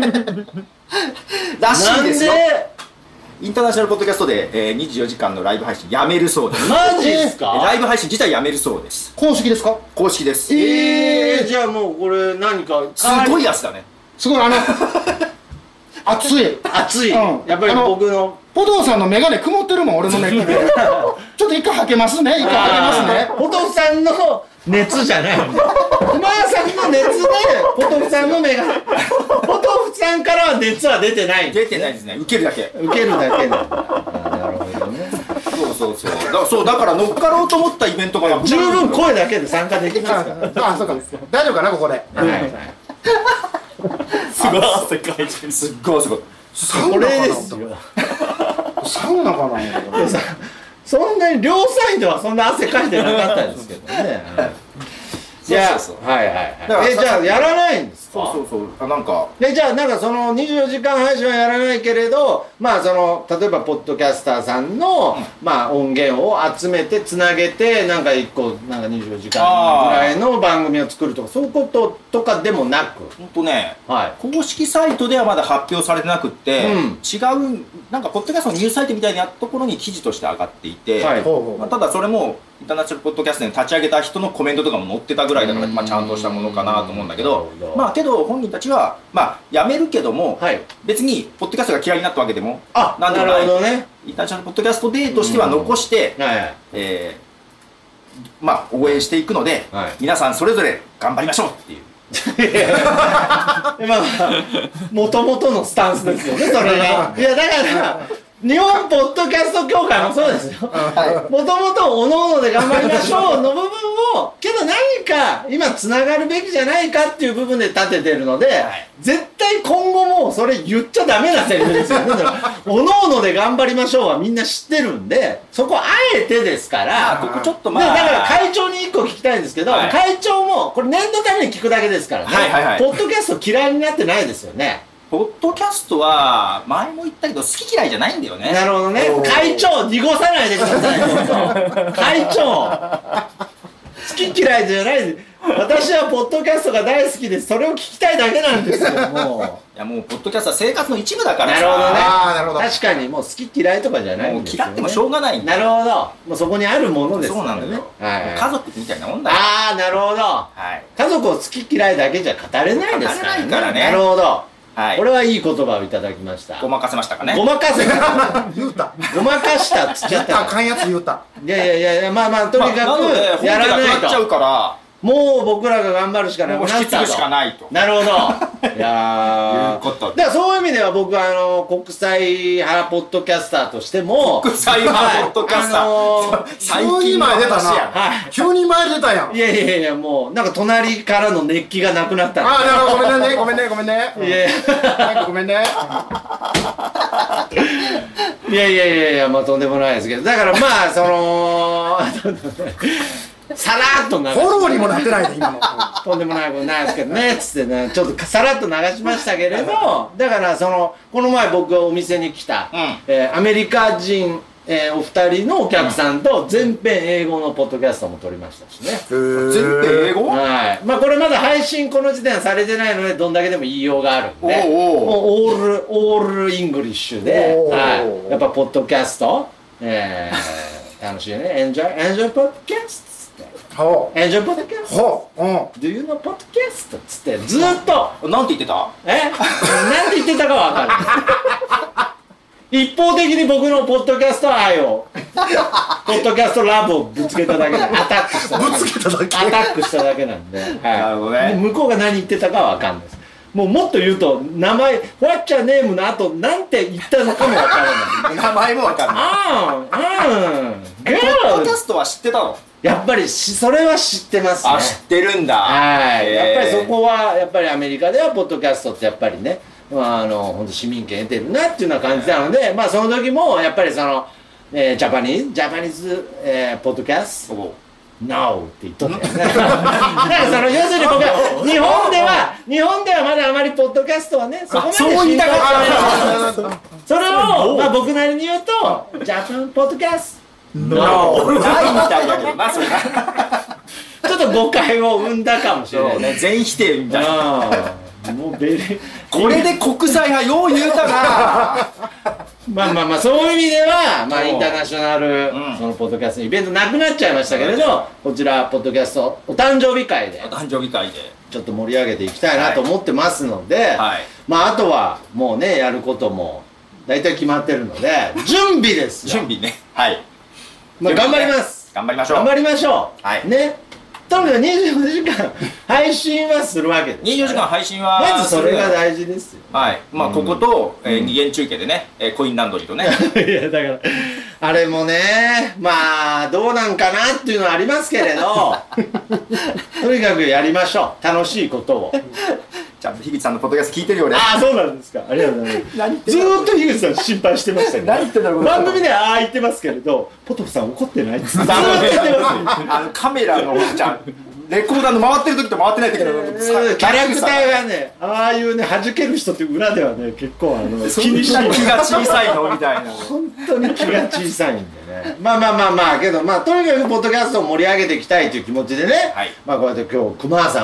B: らしいですよ
A: なんで
B: インターナショナルポッドキャストで、えー、にじゅうよじかんのライブ配信やめるそうです
A: マジっすか
B: ライブ配信自体やめるそうです
C: 公式ですか？
B: 公式です
A: ええじゃあもうこれ何か
B: すごいやつだね
C: すごいあの熱い。
A: 熱い
C: うん
A: やっぱり僕の
C: ポトフさんの眼鏡曇ってるもん俺のネックで。ちょっと一回はけますね。一回はけますね。
A: ポトフさんの熱じゃない熊谷さんの熱でポトフさんの目がポトフさんからは熱は出てない
B: 出てないですね受けるだけ
A: 受けるだけなんだなるほどね
B: そうそうそうだからそうだから乗っかろうと思ったイベントがなくなる
A: 十分声だけで参加できますから
C: あ、そうか。大丈夫かなここで。
A: はい
D: すごい汗かいてる
B: すっごいすごい
A: こ
C: サウナかな
A: れですよ
C: サウナかな。
A: そんなに両サイドはそんな汗かいてなかったですけどねいや
B: そうそうそう
A: はいはいはい
B: だから
A: えじゃあやらないんですか
B: そうそうそうあなんか
A: でじゃあなんかそのにじゅうよじかん配信はやらないけれどまあその例えばポッドキャスターさんの、まあ音源を集めてつなげてなんか一個なんかにじゅうよじかんぐらいの番組を作るとかそういうこととかでもなく
B: ほんとね
A: はい
B: 公式サイトではまだ発表されてなくって、
A: うん
B: 違うなんかポッドキャストのニュースサイトみたいなところに記事として上がっていて、
A: はい
C: ほうほう
B: まあ、ただそれもインターナショナルポッドキャストに立ち上げた人のコメントとかも載ってたぐらいだから、まあ、ちゃんとしたものかなと思うんだけど、まあけど本人たちはまあ辞めるけども、
A: はい、
B: 別にポッドキャストが嫌いになったわけでも
A: あ
B: なんでもない。
A: なるほどね。
B: インターナショナルポッドキャストデーとしては残して、
A: はい、
B: えー、まあ応援していくので、はい、皆さんそれぞれ頑張りましょうっていう。
A: まあもともとのスタンスですよね、それが。いやだから日本ポッドキャスト協会もそうですよ。もともとおのおので頑張りましょうの部分を、けど何か今つながるべきじゃないかっていう部分で立ててるので、はい、絶対今後もそれ言っちゃダメなセリフですよ。おのおので頑張りましょうはみんな知ってるんで、そこあえてですから、
B: ここちょっとまあ
A: だから会長に一個聞きたいんですけど、はい、会長もこれ念のために聞くだけですからね、はいはいはい、ポッドキャスト嫌いになってないですよね。
B: ポッドキャストは前も言ったけど好き嫌いじゃないんだよね。
A: なるほどね。会長濁さないでください。会長好き嫌いじゃないです。私はポッドキャストが大好きです。それを聞きたいだけなんですよ。もうい
B: やもうポッドキャストは生活の一部だからさ。
A: なるほどね。
C: あなるほど。
A: 確かにもう好き嫌いとかじゃないんですよね。
B: もう嫌ってもしょうがないんだ。
A: なるほど。もうそこにあるものですからね。
B: そうなんだよ、
A: はいはい、
B: 家族みたいなもんだよ。
A: ああなるほど、はい、家族を好き嫌いだけじゃ語れないですからね。
B: 語れないからね。
A: なるほど。はい、これはいい言葉をいただきました。
B: ごまかせましたかね。
A: ごまかせた
C: 言うた
A: ごまかしたっつっちゃった。
C: あかんやつ言うた。
A: いやいやいやまあまあとにかくやらないと、
B: まあ、なので本気がなくなっちゃうから
A: もう僕らが頑張るしかなくなったと。
B: もう引き継ぐしかないと。
A: なるほど。いやー。だからそういう意味では僕はあの国際派ポッドキャスターとしても
B: 国際派ポッドキャスター、
C: はい、急に前出たな、はい、急に前出たやん。
A: いやいやいやもうなんか隣からの熱気がなくなったんで。
C: ああなるほど、ごめんねごめんねごめんね。いやいやごめんね。
A: いやいやいやいやまあとんでもないですけど、だからまあそのさらっと流し
C: フォローにもなってないで今の
A: とんでもないことないですけどねつってねちょっとさらっと流しましたけれど、だからそのこの前僕がお店に来た、うんえー、アメリカ人、えー、お二人のお客さんと全編英語のポッドキャストも撮りましたしね。
B: 全編英語？
A: はい。まあこれまだ配信この時点はされてないのでどんだけでも言いようがあるんで、
B: おうおう
A: オールオールイングリッシュで、はい、やっぱポッドキャスト、えー、楽しいね。Enjoy Enjoy Podcast。
C: ほう。
A: エンジョイポッドキャスト。
C: ほう。うん。
A: Do you know ポッドキャストつってずーっと。
B: なんて言ってた？
A: え？なんて言ってたかわかる。一方的に僕のポッドキャスト愛を、ポッドキャストラブをぶつけただけで、アタックしただけ。
C: ぶつけただけ。
A: アタックしただけなんで。はい。
B: なるほどね。
A: 向こうが何言ってたかはわかんないです。もうもっと言うと名前「What's your name」の後なんて言ったのかもわからない。
B: 名前もわかんない。
A: ああうん
B: ポッドキャストは知ってたの？
A: やっぱりしそれは知ってますね。
B: あ知ってるんだ。
A: はいやっぱりそこはやっぱりアメリカではポッドキャストってやっぱりね、まあ、あの本当市民権得てるなっていうような感じなので、まあその時もやっぱりその、えー、ジャパニーズジャパニーズ、えー、ポッドキャストノーって言っとったよね。だからその要するに僕は日本では日本ではまだあまりポッドキャストはねそこまで
B: そう言いたかった。
A: それをまあ僕なりに言うとジャパンポッドキャストノー
B: ないみたいだけどなそれな。
A: ちょっと誤解を生んだかもしれない
B: ね。全否定みたいな。
A: もうベリ
B: これで国際派よう言うたな。
A: まあまあまあそういう意味ではまあインターナショナル、うん、そのポッドキャストイベントなくなっちゃいましたけれど、こちらポッドキャストお誕生日会で
B: お誕生日会で
A: ちょっと盛り上げていきたいなと思ってますので、はいはい、まああとはもうねやることも大体決まってるので準備ですよ。
B: 準備ね。はい。
A: まあ頑張ります。
B: 頑張りましょう。
A: 頑張りましょう。
B: はい。
A: ね。とにかくにじゅうよじかん配信はするわけです。
B: にじゅうよじかん配信は
A: まずそれが大事ですよ。
B: はい。まあここと、うん、えー、二元中継でね、えー、コインランドリーとね。
A: いやだからあれもね、まあどうなんかなっていうのはありますけれど、とにかくやりましょう。楽しいことを。
B: ちゃんと樋口さんのポッドキャスト聞いてるよね。
A: ああそうなんですか。ありがとうございます。ずーっと樋口さん心配してましたけど。
B: 何言ってんだろう。
A: 番組ではああ言ってますけれど、ポトフさん怒ってないってずーっと言ってます。
B: あのカメラのじゃん。レコーダーの回ってる時と回ってない時の
A: キャラクターがね、ああいうね弾ける人って裏ではね結構あの
B: 気にしない気が小さいのみたいな。
A: 本当に気が小さいんでね。まあまあまあまあけどまあとにかくポッドキャストを盛り上げていきたいという気持ちでね、はい、まあこうやって今日熊さんも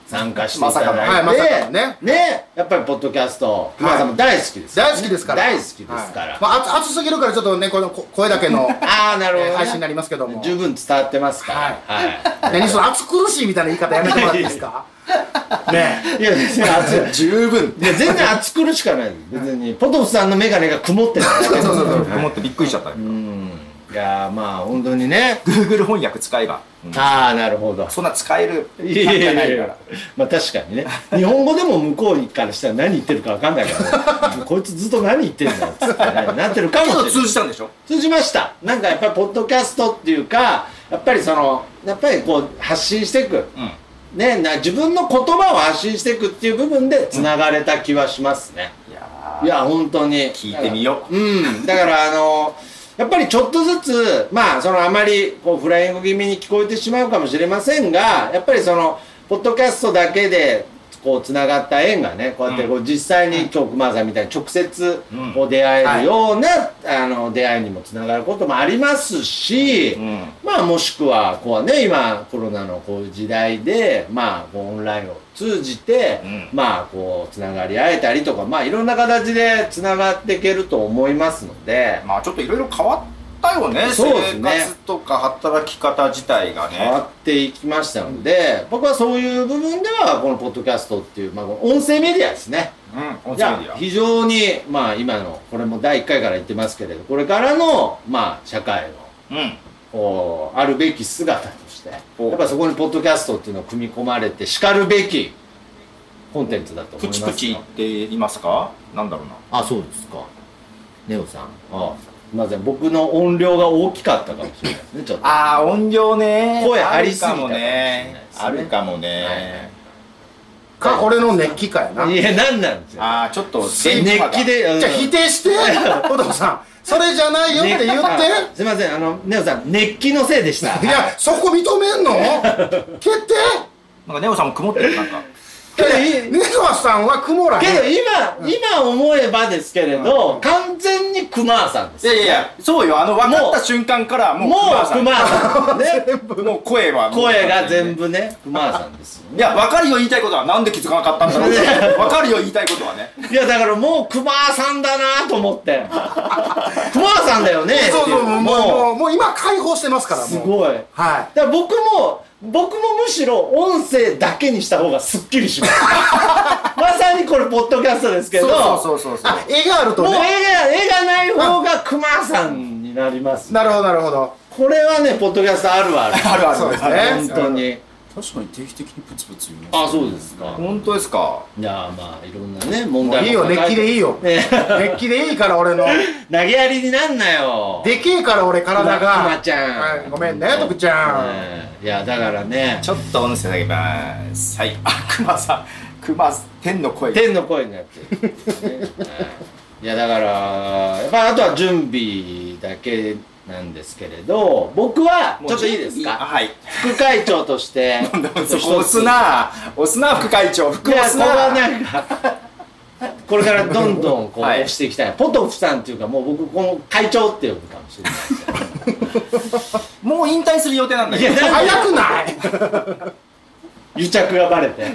A: 参加していただいて、
C: まさかのはいまさかのね
A: ねやっぱりポッドキャスト熊谷さんも大好きですからね、
C: 大好きですから
A: 大好きですから、
C: はいまあ、暑すぎるからちょっとねこの声だけの
A: ああなるほど、ね、
C: 配信になりますけども
A: 十分伝わってますから
C: はい
A: はい
C: 何その暑苦しいみたいな言い方やめてもらっていいですかね
A: いや別に暑い
B: 十分
A: いや全然暑苦しかないです別にポトフさんの眼鏡が曇ってるだけ
C: そうそうそう
B: 思ってびっくりしちゃった
A: うんいやーまあ本当にね
B: Google 翻訳使えば、うん、
A: ああなるほど
B: そんな使える
A: いやいやいやいや
B: じゃないから
A: まあ確かにね日本語でも向こうからしたら何言ってるか分かんないから、ね、こいつずっと何言ってんだっつって、ね、なってるかもしれない
B: けど通じたんでしょ
A: 通じましたなんかやっぱりポッドキャストっていうかやっぱりそのやっぱりこう発信していく、
B: うん
A: ね、な自分の言葉を発信していくっていう部分でつながれた気はしますね、
B: いや
A: いや本当に
B: 聞いてみよ
A: ううんだからあのやっぱりちょっとずつまあそのあまりこうフライング気味に聞こえてしまうかもしれませんがやっぱりそのポッドキャストだけでこうつながった縁がねこうやってこう実際に今日熊さんみたいに直接こう出会えるような、あの出会いにもつながることもありますし、
B: うん、
A: まあもしくはこうね今コロナのこういう時代でまあこうオンラインを通じて、うん、まあこうつながり合えたりとかまあいろんな形でつながっていけると思いますので
B: まあちょっといろいろ変わったよね
A: そうですね
B: 生活とか働き方自体がね
A: 変わっていきましたので僕はそういう部分ではこのポッドキャストっていう、まあ、音声メディアですね
B: うん音
A: いや
B: 声メディア
A: 非常にまあ今のこれもだいいっかいから言ってますけれどこれからのまあ社会の
B: うん
A: こうあるべき姿としてやっぱそこにポッドキャストっていうのを組み込まれてしかるべきコンテンツだと思いますよ
B: プチプチって言いますかなんだろうな
A: あそうですかネオさんあすみません僕の音量が大きかったかもしれないですねちょっと
B: ああ音量ね
A: 声張りすぎたかもしれない
B: ね
A: ですね
B: あるかもね、
C: か俺の熱気かやない
A: やなんなんですよ
B: ああちょっと
A: 熱気でうん
C: じゃあ否定してポトフさんそれじゃないよって言って
A: あすいませんあのネオさん熱気のせいでした
C: いやそこ認めんの決定
B: なんかネオさんも曇ってるなんか
A: けど
C: 根川さんは曇らへん
A: けど今今思えばですけれど完全に熊さんです
B: いやいやいやそうよあの分かった瞬間からもう
A: もう
B: 熊さん
A: 熊さんね
B: もう声はもう
A: 声が全部ね熊さんですよね
B: いや分かるよ言いたいことはなんで気づかなかったんだろう分かるよ言いたいことはね
A: いやだからもう熊さんだなと思って熊さんだよね
C: そうそうもうもう
A: も
C: もうもう今解放してますからもう
A: うすごい
C: は
A: だから僕も僕もむしろ音声だけにした方がすっきりしますまさにこれポッドキャストですけど
B: そうそうそうそう
C: あ絵があると
A: もう絵が
C: ね
A: 絵がない方が熊さんになります
C: なるほどなるほど
A: これはねポッドキャストあるある
B: あるある
C: そうですね
A: 本当に
D: 確かに定期的にプツプツ言います
A: あそうですか
B: 本当ですか
A: いやまあいろんなね問
C: もういいよ
A: 題も
C: 熱気でいいよ
A: ね
C: 熱気でいいから俺の
A: 投げやりになんなよ
C: でけえから俺体が
A: くまちゃん
C: はいごめんね徳ちゃん
A: ねいやだからね
B: ちょっと音声だけますはいあ熊さん熊天の声
A: 天の声になってる、ねいやだからやっぱあとは準備だけなんですけれど僕はちょっといいですか
B: あはい
A: 副会長として
B: そこ押すな押すな副会長副
A: いや
B: 押すな
A: ここはなんかこれからどんどんこう
B: はい
A: 押していきたい、ポトフさんっていうかもう僕この会長って呼ぶかもしれないですよ
B: もう引退する予定なんだけど
A: いや
C: 早くない
A: 癒着がバレて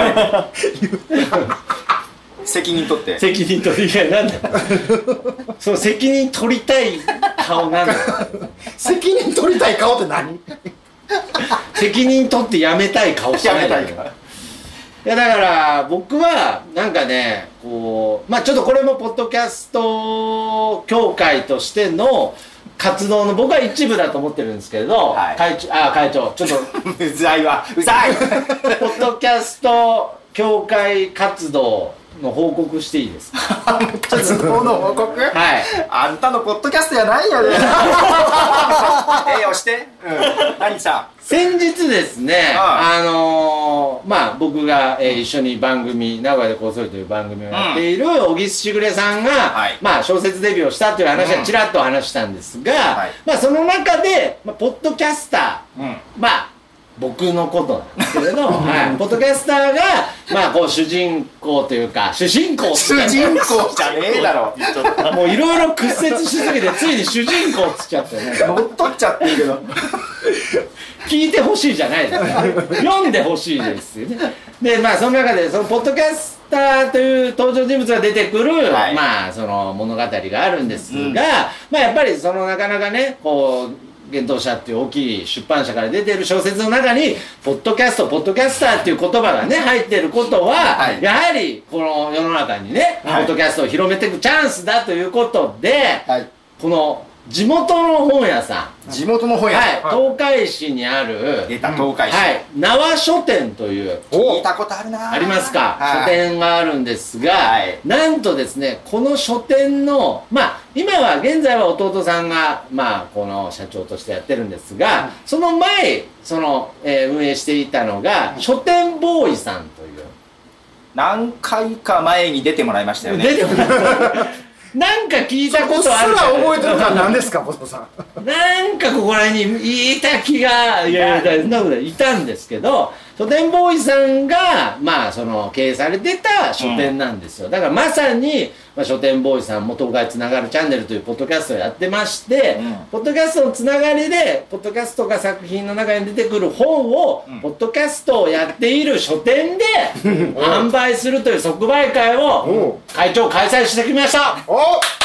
B: 責任取って
A: 責任取りいやなんだその責任取りたい顔なんだ
C: 責任取りたい顔って何
A: 責任取ってやめたい顔してない
B: やめたいから
A: いやだから僕はなんかねこうまあちょっとこれもポッドキャスト協会としての活動の僕は一部だと思ってるんですけれど、
B: はい
A: 会長あ会長ちょっと
B: うざいわうざい
A: ポッドキャスト協会活動の報告していいですか
B: 活動の報告
A: はい
B: あんたのポッドキャストじゃないよねええ押してうん何さ
A: 先日ですね、
B: あ
A: あのー、まあ僕が、えー、一緒に番組名古屋でこうそりという番組をやっている小木しぐれさんが、
B: はい
A: まあ小説デビューをしたという話はちらっと話したんですが、
B: はい
A: まあその中で、まあ、ポッドキャスター、
B: うん
A: まあ僕のことなんですけれど、はい、ポッドキャスターがまあこう主人公というか主人公
B: 主人公じゃねえだろ
A: もういろいろ屈折しすぎてついに主人公つっちゃってね
B: 乗っ取っちゃってるけど
A: 聞いてほしいじゃないですか読んでほしいですよねでまあその中でそのポッドキャスターという登場人物が出てくる、
B: はい、
A: まあその物語があるんですが、うん、まあやっぱりそのなかなかねこう幻冬舎っていう大きい出版社から出てる小説の中にポッドキャストポッドキャスターっていう言葉がね入ってることは、はい、やはりこの世の中にね、はい、ポッドキャストを広めていくチャンスだということで、はい、この地元の本屋さん
B: 地元の本屋さん、
A: はい、東海市にある
B: 出た東海市、
A: はい、縄書店という
B: 聞いたことあるな
A: ありますか、はい、書店があるんですが、はい、なんとですねこの書店のまあ今は現在は弟さんがまあこの社長としてやってるんですが、うん、その前その、えー、運営していたのが、うん、書店ボーイさんという
B: 何回か前に出てもらいましたよね
A: 出てもらったなんか聞いたことある
C: じゃないですか。覚えてるから何ですか、ボスボさ
A: ん。なんかここら辺にいた気が、いやいや、そんなこといたんですけど、書店ボーイさんが、まあ、その、経営されてた書店なんですよ。うん、だからまさに、まあ、書店ボーイさんも東海つながるチャンネルというポッドキャストをやってまして、うん、ポッドキャストのつながりで、ポッドキャストが作品の中に出てくる本を、うん、ポッドキャストをやっている書店で販売するという即売会を会長開催してきました。
C: お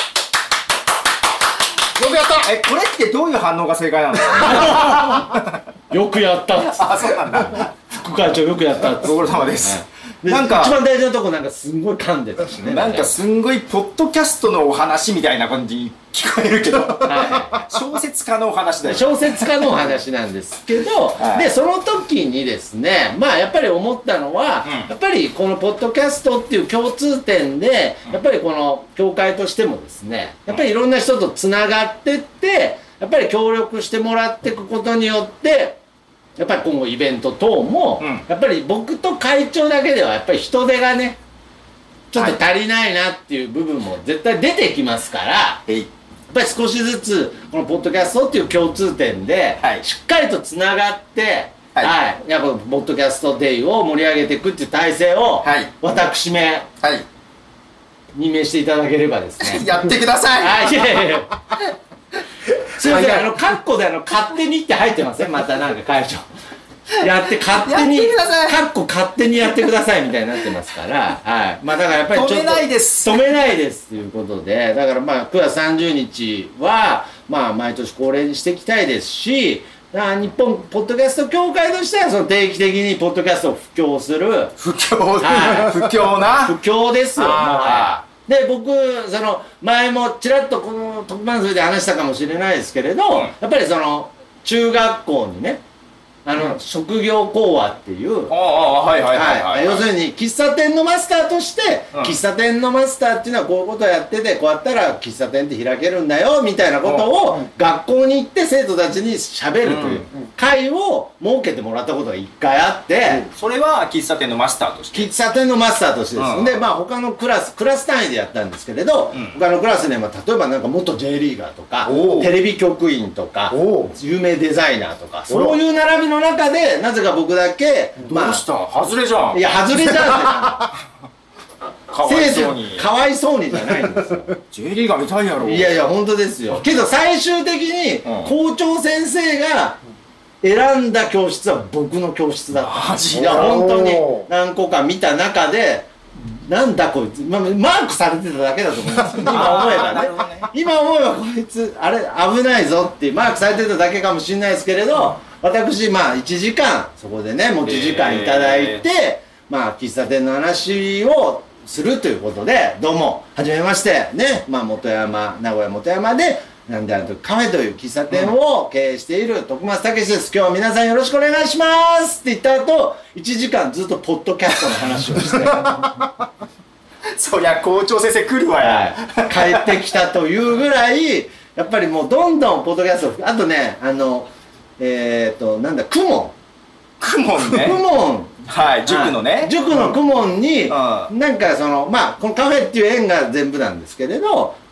C: よくやった。
B: え、これってどういう反応が正解なんですか
A: よくやったっつって。
B: あ、そうなんだ。
A: 副会長よくやったっつって。
B: ご苦労様です。
A: はいなんか一番大事なとこなんかすんごい噛んでたしね
B: なんかすんごいポッドキャストのお話みたいな感じに聞こえるけど、はい、小説家のお話だよ
A: 小説家のお話なんですけど、はい、でその時にですねまあやっぱり思ったのは、うん、やっぱりこのポッドキャストっていう共通点でやっぱりこの協会としてもですねやっぱりいろんな人とつながってってやっぱり協力してもらっていくことによってやっぱり今後イベント等も、うん、やっぱり僕と会長だけではやっぱり人手がねちょっと足りないなっていう部分も絶対出てきますから、はい、やっぱり少しずつこのポッドキャストっていう共通点で、はい、しっかりとつながってはい、はい、やっぱポッドキャストデイを盛り上げていくっていう体制を、はい、私め、はい、任命していただければですね
B: やってください
A: あいやいやいやすいません、あの、カッコであの、勝手にって入ってませんまたなんか会長。やって、勝手に、カッコ勝手にやってくださいみたいになってますから、はい。まあだからやっぱりちょっと。
B: 止めないです。
A: 止めないですということで、だからまあくがつさんじゅうにちは、まあ毎年恒例にしていきたいですし、日本ポッドキャスト協会としてはその定期的にポッドキャストを布教する。
B: 布教、はい、布教な。
A: 布教ですよ、もう。で僕その前もちらっとこの特番組で話したかもしれないですけれど、うん、やっぱりその中学校にねあの、うん、職業講話っていう要するに喫茶店のマスターとして、うん、喫茶店のマスターっていうのはこういうことをやっててこうやったら喫茶店って開けるんだよみたいなことを、うん、学校に行って生徒たちにしゃべるという会を設けてもらったことが一回あって、
B: うん、それは喫茶店のマスターとして
A: 喫茶店のマスターとしてです、うん、でまあ他のクラスクラス単位でやったんですけれど、うん、他のクラスでも例えばなんか元 J リーガーとかテレビ局員とか有名デザイナーとかそういう並びの中でなぜか僕だけ
B: どうした、まあ、外れじゃん
A: いや外れじゃんかわいそうにかわいそうにじゃないんですよ
B: J リーガー見たいやろ
A: いやいや本当ですよけど最終的に校長先生が選んだ教室は僕の教室だった
B: マジ
A: いや本当に何個か見た中でなんだこいつ、まあ、マークされてただけだと思います今思えばね今思えばこいつあれ危ないぞってマークされてただけかもしれないですけれど私まあいちじかんそこでね持ち時間いただいてまあ喫茶店の話をするということでどうもはじめましてねまあ本山名古屋本山でなんであの時カフェという喫茶店を経営している徳松武史です今日は皆さんよろしくお願いしますって言った後いちじかんずっとポッドキャストの話をして
B: そりゃ校長先生来るわや、
A: はい、帰ってきたというぐらいやっぱりもうどんどんポッドキャストあとねあのえっ、ー、となんだクモン
B: クモンね
A: クモン
B: はい塾のね
A: 塾のクモンに、うん、なんかそのまあこのカフェっていう縁が全部なんですけれど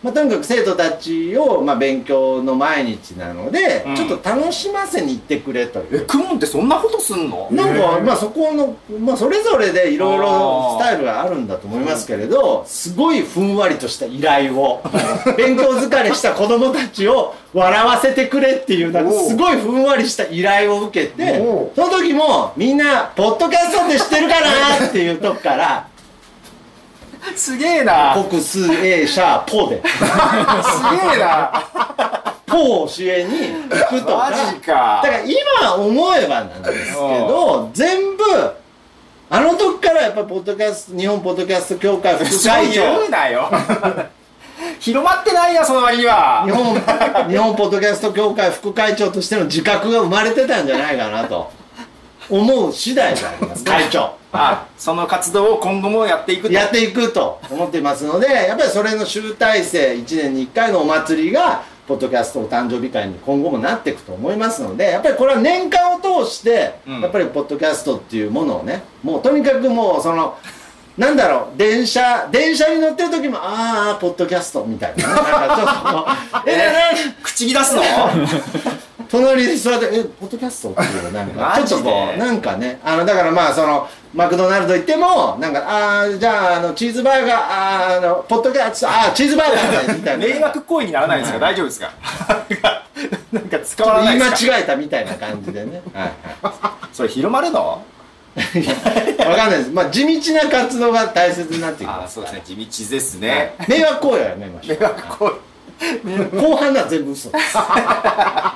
A: まあ、とにかく生徒たちを、まあ、勉強の毎日なので、
B: うん、
A: ちょっと楽しませに行ってくれという。
B: え、クモンってそんなことすんの？
A: なんか、まあ、そこの、まあ、それぞれでいろいろスタイルがあるんだと思いますけれど、すごいふんわりとした依頼を勉強疲れした子供たちを笑わせてくれっていうなんかすごいふんわりした依頼を受けて、その時もみんなポッドキャストって知ってるかなっていうとこから
B: すげえな。
A: 国数 A シャーポです
B: げえな。
A: ポを教えに行くとか。
B: マジか。
A: だから今思えばなんですけど、全部あの時からやっぱポッドキャスト日本ポッドキャスト協会副会長
B: 言うなよ広まってないやその割には。
A: 日本日本ポッドキャスト協会副会長としての自覚が生まれてたんじゃないかなと思う次第であります会長。
B: あ、その活動を今後もやっていくと
A: やっていくと思っていますので、やっぱりそれの集大成いちねんにいっかいのお祭りがポッドキャストお誕生日会に今後もなっていくと思いますので、やっぱりこれは年間を通して、うん、やっぱりポッドキャストっていうものをね、もうとにかくもうそのなんだろう、電車電車に乗ってる時もああポッドキャストみたいな、ね、なんかちょっとえ
B: ー、口に出すの
A: 隣で座って「えポッドキャスト?」っていうなんかちょっとこうなんかね、あのだからまあそのマクドナルド行ってもなんかああじゃああのチーズバーガーあーあのポッドキャストああチーズバーガーみたいな
B: 迷惑行為にならないですか、大丈夫ですかなんか使わないですか、
A: 言い間違えたみたいな感じでねはいはい
B: それ広まるの
A: わかんないです。まあ地道な活動が大切になってきます。
B: あ、そうですね、地道ですね。
A: 迷惑行為はやめましょう。
B: 迷惑行為。
A: 後半のは全部嘘です。はい、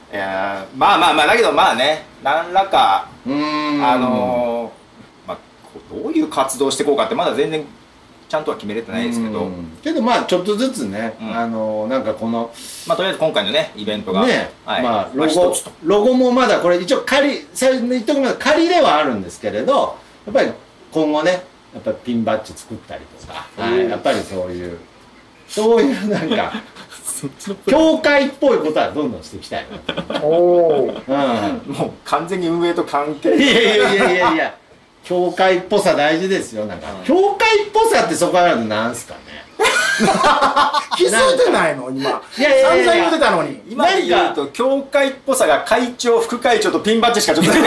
B: いやまあまあまあだけどまあね、何らか
A: うーん
B: あのー、まあどういう活動していこうかってまだ全然ちゃんとは決めれてないですけど、
A: けどまあちょっとずつね、
B: うん、
A: あのー、なんかこの
B: まあとりあえず今回のねイベントが
A: ね、
B: はい、
A: まあロゴロゴもまだこれ一応仮最初に言っとくまで仮ではあるんですけれど、やっぱり今後ねやっぱりピンバッジ作ったりとか、はい、やっぱりそういうそういうなんか教会っぽいことはどんどんしていきたいな。お
B: お、うん、もう完全に運営と関係。
A: いやいやいやいやいや。教会っぽさ大事ですよ。なんか、うん、教会っぽさってそこからなんすかね
C: 気づいてないの今。
A: いやいやいや
C: 散々言ってたのに。
B: 今で言うと教会っぽさが会長副会長とピンバッジしかちょっと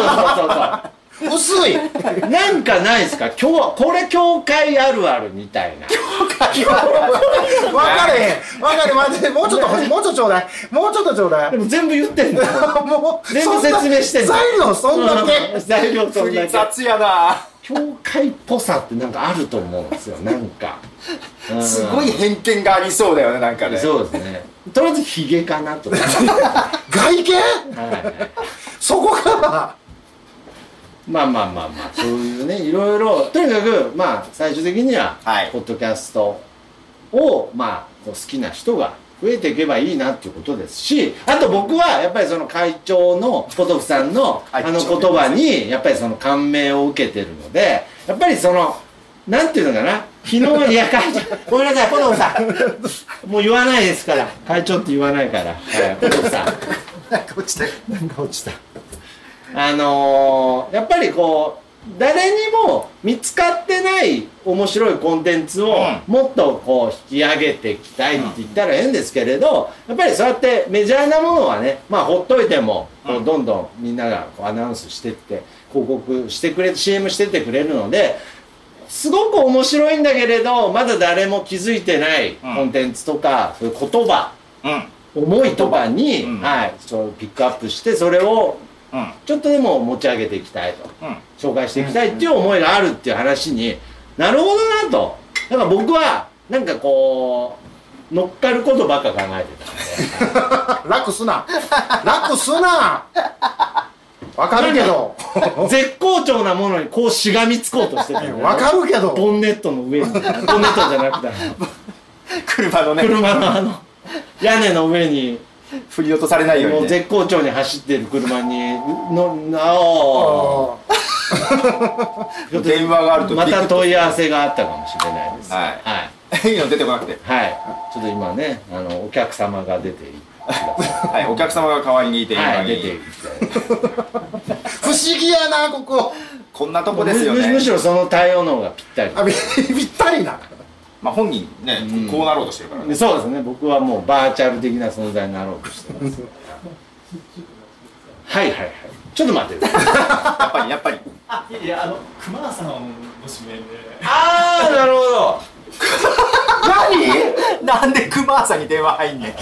C: 薄い
A: なんかないですか、今日これ教会あるあるみたいな。教会
C: あるある分かれへん分かれ待って、もうちょっともうちょっとちょうだいもうちょっとちょうだい。
A: でも全部言ってんのもう全部説明してんの。材
C: 料そんだけ、
A: うん、材料そんだけ
B: 雑やな。
A: 教会っぽさってなんかあると思うんですよ。なんか、
B: うん、すごい偏見がありそうだよね、なんかね。
A: そうですね。とりあえずヒゲかなとか
C: 外見、はい、そこから
A: まあまあまあまあそういうね、いろいろとにかくまあ最終的には、
B: はい、
A: ポッドキャストをまあ好きな人が増えていけばいいなっていうことですし、あと僕はやっぱりその会長のポトフさんのあの言葉にやっぱりその感銘を受けてるので、やっぱりそのなんていうのかな、昨日いや会長ごめんなさいポトフさんもう言わないですから、会長って言わないから、はい、ポトフさん
C: なんか落ちた
A: なんか落ちたあのー、やっぱりこう誰にも見つかってない面白いコンテンツをもっとこう引き上げていきたいって言ったら変ですけれど、やっぱりそうやってメジャーなものはね、まあほっといてもこうどんどんみんながこうアナウンスしてって広告してくれ シーエム してってくれるので、すごく面白いんだけれどまだ誰も気づいてないコンテンツとか、そういう言葉、思いとかに、はい、そうピックアップしてそれをうん、ちょっとでも持ち上げていきたいと、うん、紹介していきたいっていう思いがあるっていう話になるほどなと。だから僕はなんかこう乗っかることばっか考えてたんで
C: 楽すな楽すなわかるけど
A: 絶好調なものにこうしがみつこうとしてたよ、ね、
C: わかるけど
A: ボンネットの上にボンネットじゃなくて
B: 車のね
A: 車のあの屋根の上に
B: 振り落とされないように、ね、
A: もう絶好調に走ってる車にのああ
B: 電話があると
A: また問い合わせがあったかもしれないです。
B: はい、はい、いいの出てこなくて、
A: はいちょっと今ねあのお客様が出てい
B: はいお客様が代わりにいて、
A: はい、出てい
C: 不思議やなここ
B: こんなとこですよね。
A: むしろその対応の方がぴったり
C: あぴったりな
B: まあ本人ね、うん、こうなろうとしてるからね。
A: そうですね、僕はもうバーチャル的な存在になろうとしてますはいはいはい、ちょっと待ってや
B: っぱりやっぱり
D: あ、いやいや、あの熊田さんの指名で。
A: ああ、なるほど
B: 何なんで熊田さんに電話入んねん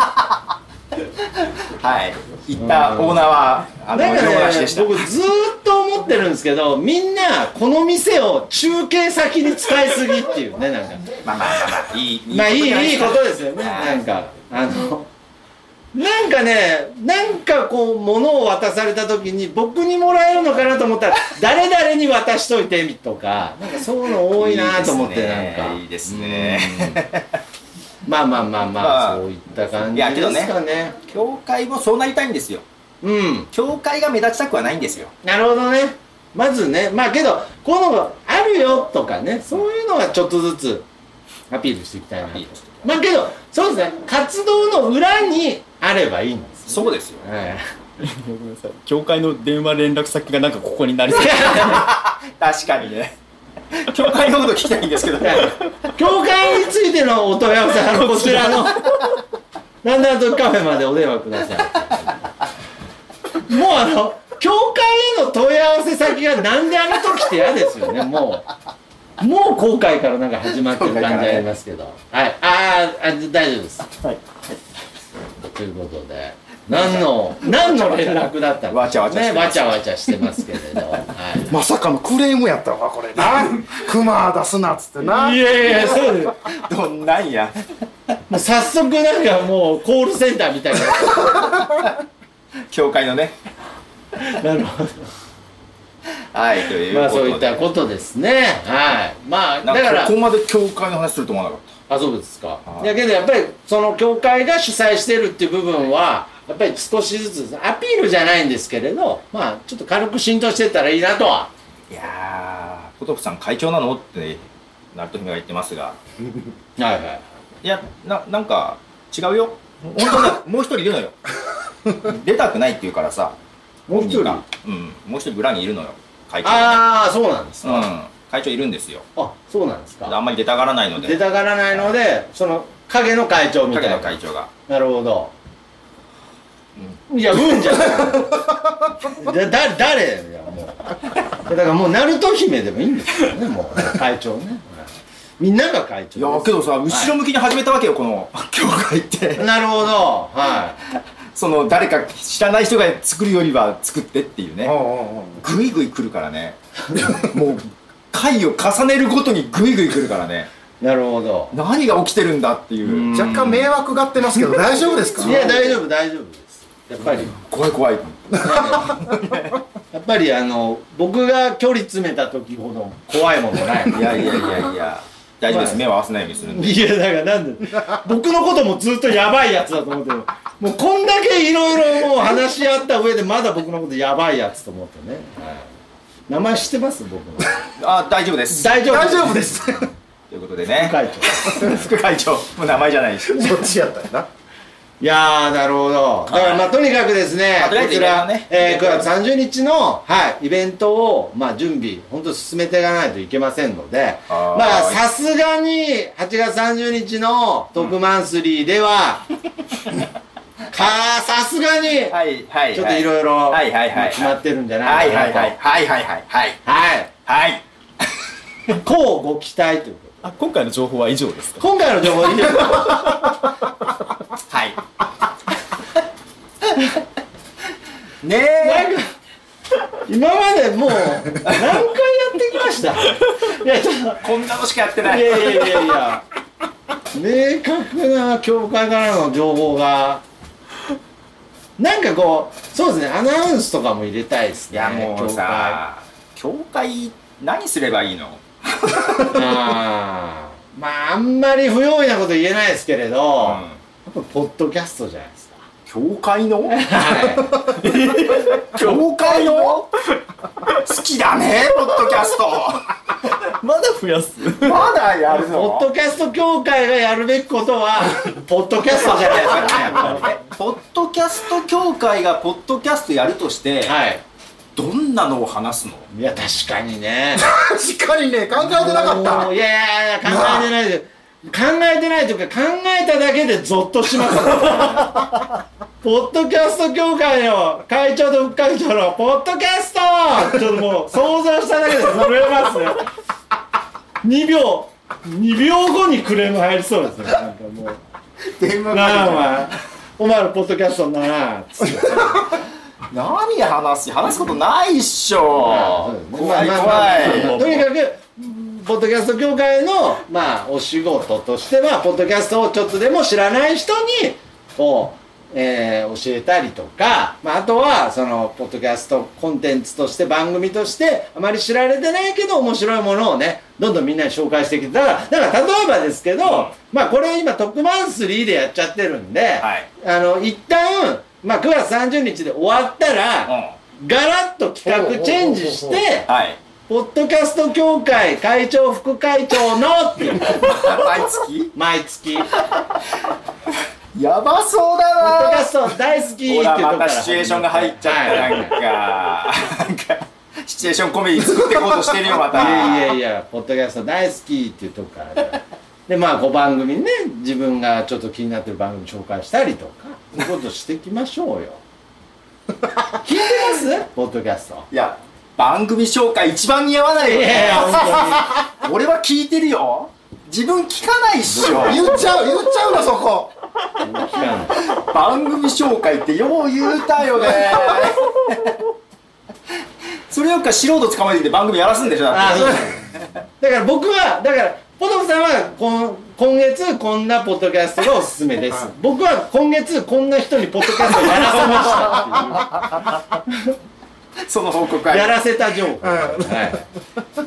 B: はい言ったオーナーはあの
A: なんか
B: 洋梨でした。
A: ね、僕ずーっと思ってるんですけど、みんなこの店を中継先に使いすぎっていうね、なんか
B: まあまあまあまあいい
A: まあいいいいことですよね。なんかあのなんかね、なんかこう物を渡された時に僕にもらえるのかなと思ったら誰々に渡しといてみとか、なんかそういうの多いなと思って、なんか
B: いいですね。
A: まあまあまあまあ、まあ、そういった感じですかね。いやけどね、
B: 教会もそうなりたいんですよ。うん、教会が目立ちたくはないんですよ。
A: なるほどね。まずね、まあけどこのあるよとかね、そういうのはちょっとずつアピールしていきたいなと。まあけどそうですね、活動の裏にあればいいんです、ね、
B: そうですよ、はい、
D: ごめんなさい、教会の電話連絡先がなんかここになりそう
B: 確かにね教会のこと聞きたいんですけどね
A: 教会についてのお問い合わせはこちらのなんだとカフェまでお電話くださいもうあの教会への問い合わせ先がなんであの時って嫌ですよね。もうもう後悔からなんか始まってる感じありますけど、はい、ああ大丈夫です、はい、ということで何の何の連絡だったのか、
B: わちゃわちゃしてます、
A: ね、わちゃわちゃしてますけれど、はい、
C: まさかのクレームやったのかこれな熊出すなっつってな。
A: いやいやそうです
B: どんなんや
A: もう早速なんかもうコールセンターみたいな
B: 教会のね
A: なるほど
B: はいということで、
A: まあそういったことですね。はい、まあだから
B: ここまで教会の話すると思わなかった。
A: あ、そうですか。いやけどやっぱりその教会が主催してるっていう部分はやっぱり少しずつアピールじゃないんですけれど、まあちょっと軽く浸透してったらいいなとは。
B: いやー、ポトフさん会長なのってナルト姫が言ってますが
A: はいはい。
B: いや、な、なんか違うよ。本当ね、もう一人いるのよ出たくないって言うからさ、
A: もう一人、うん、
B: もう一人裏にいるのよ、会長。
A: ああ、そうなんですか。うん、
B: 会長いるんですよ。あ、
A: そうなんですか。
B: あんまり出たがらないので。
A: 出たがらないので、その影の会長みたいな。
B: 影の会長が。
A: なるほど。うん、いや、うんじゃない。だ、誰いや、もう。だからもう、ナルト姫でもいいんですよね、もう。会長ね。みんなが会長です。
B: いや、けどさ、後ろ向きに始めたわけよ、この教会って。
A: なるほど。はい。
B: その、誰か知らない人が作るよりは作ってっていうね。ぐいぐい来るからね。もう、回を重ねるごとにグイグイ来るからね。
A: なるほど。
B: 何が起きてるんだっていう。
C: 若干迷惑がってますけど大丈夫ですか？
A: いや大丈夫大丈夫です。やっぱり
B: 怖い怖い。
A: やっぱりあの僕が距離詰めた時ほど怖いものない。
B: いやいやいやいや。大丈夫です。目を合わせないようにするんで。
A: いやだからなんで僕のこともずっとヤバいやつだと思ってる。もうこんだけいろいろもう話し合った上でまだ僕のことヤバいやつと思ってね。はい、名前知ってます僕の。
B: あ、大丈夫です。
A: 大丈夫
C: 大丈夫です。
B: ということでね。
A: 副会長。
B: 副会長。もう名前じゃないし。
C: そっちやったよな。
A: いやー、なるほど。だからまあとにかくですね、こちら、えー、くがつさんじゅうにちの、はい、イベントを、まあ準備、本当進めていかないといけませんので、まあさすがにはちがつさんじゅうにちのトークマンスリーでは、かさすがに、ちょっといろいろ決まってるんじゃないかなと。
B: はいはいはいはいはい
A: はい
B: はい
A: こうご期待ということ。
D: あ、今回の情報は以上ですか？
A: 今回の情報は以上です。
B: はいねえ、
A: なんか今までもう何回やってきました。いやちょっと
B: こんなのしかやってない。
A: いやいやいやいや明確な教会からの情報がなんかこう、そうですね、アナウンスとかも入れたいですね。
B: いやもうさ、教会何すればいいの？
A: あまああんまり不用意なこと言えないですけれど、うん、やっぱポッドキャストじゃないですか。
B: 教会の？はい。
A: 教会の？好
B: きだね、ポッドキャスト。
D: まだ増やす？
B: まだやるの？
A: ポッドキャスト協会がやるべきことはポッドキャストじゃないですかね。
B: ポッドキャスト協会がポッドキャストやるとして、はい、 どんなのを話すの？
A: いや確かにね
C: 確かにね考えてなかった
A: もういやいやいや考えてないで考えてないというか考えただけでゾッとしますポッドキャスト協会の会長と副会長のポッドキャストちょっともう想像しただけで震えますねにびょうにびょうごにクレーム入りそうですねなんかもう
C: 電話
A: なあお前お前のポッドキャストなあつって
B: 何話す話すことないっしょ。怖い
A: まあまあまあ
B: 怖い。
A: とにかくポッドキャスト協会のまあお仕事としてはポッドキャストをちょっとでも知らない人にこう、えー、教えたりとか、まあ、あとはそのポッドキャストコンテンツとして番組としてあまり知られてないけど面白いものをねどんどんみんなに紹介してきてだからだから例えばですけど、うん、まあこれ今特番スリーでやっちゃってるんで、はい、あの一旦まあくがつさんじゅうにちで終わったら、うん、ガラッと企画チェンジして、はい、ポッドキャスト協会会長副会長のっていう
B: 毎月
A: 毎月
B: やばそうだな
A: ポッドキャスト大好きっていうとこから
B: またシチュエーションが入っちゃった、はい、なんかなんかシチュエーションコメディ作っていこうとしてるよまた
A: いやいやいやポッドキャスト大好きっていうとこからででまあご番組ね自分がちょっと気になってる番組紹介したりとかそういうことしていきましょうよ聞いてますポッドキャスト
B: いや番組紹介一番似合わないよね。いやいや本当に俺は聞いてるよ自分聞かないっしょ
C: 言っちゃう言っちゃうのそこ
A: 聞かない
B: 番組紹介ってよう言うたよねそれよりか素人捕まえてきて番組やらすんでしょだって
A: あだから僕はだからポトフさんは今今月こんなポッドキャストがおすすめです。僕は今月こんな人にポッドキャストをやらせましたっていう
B: その報告
A: やらせた情報、はい、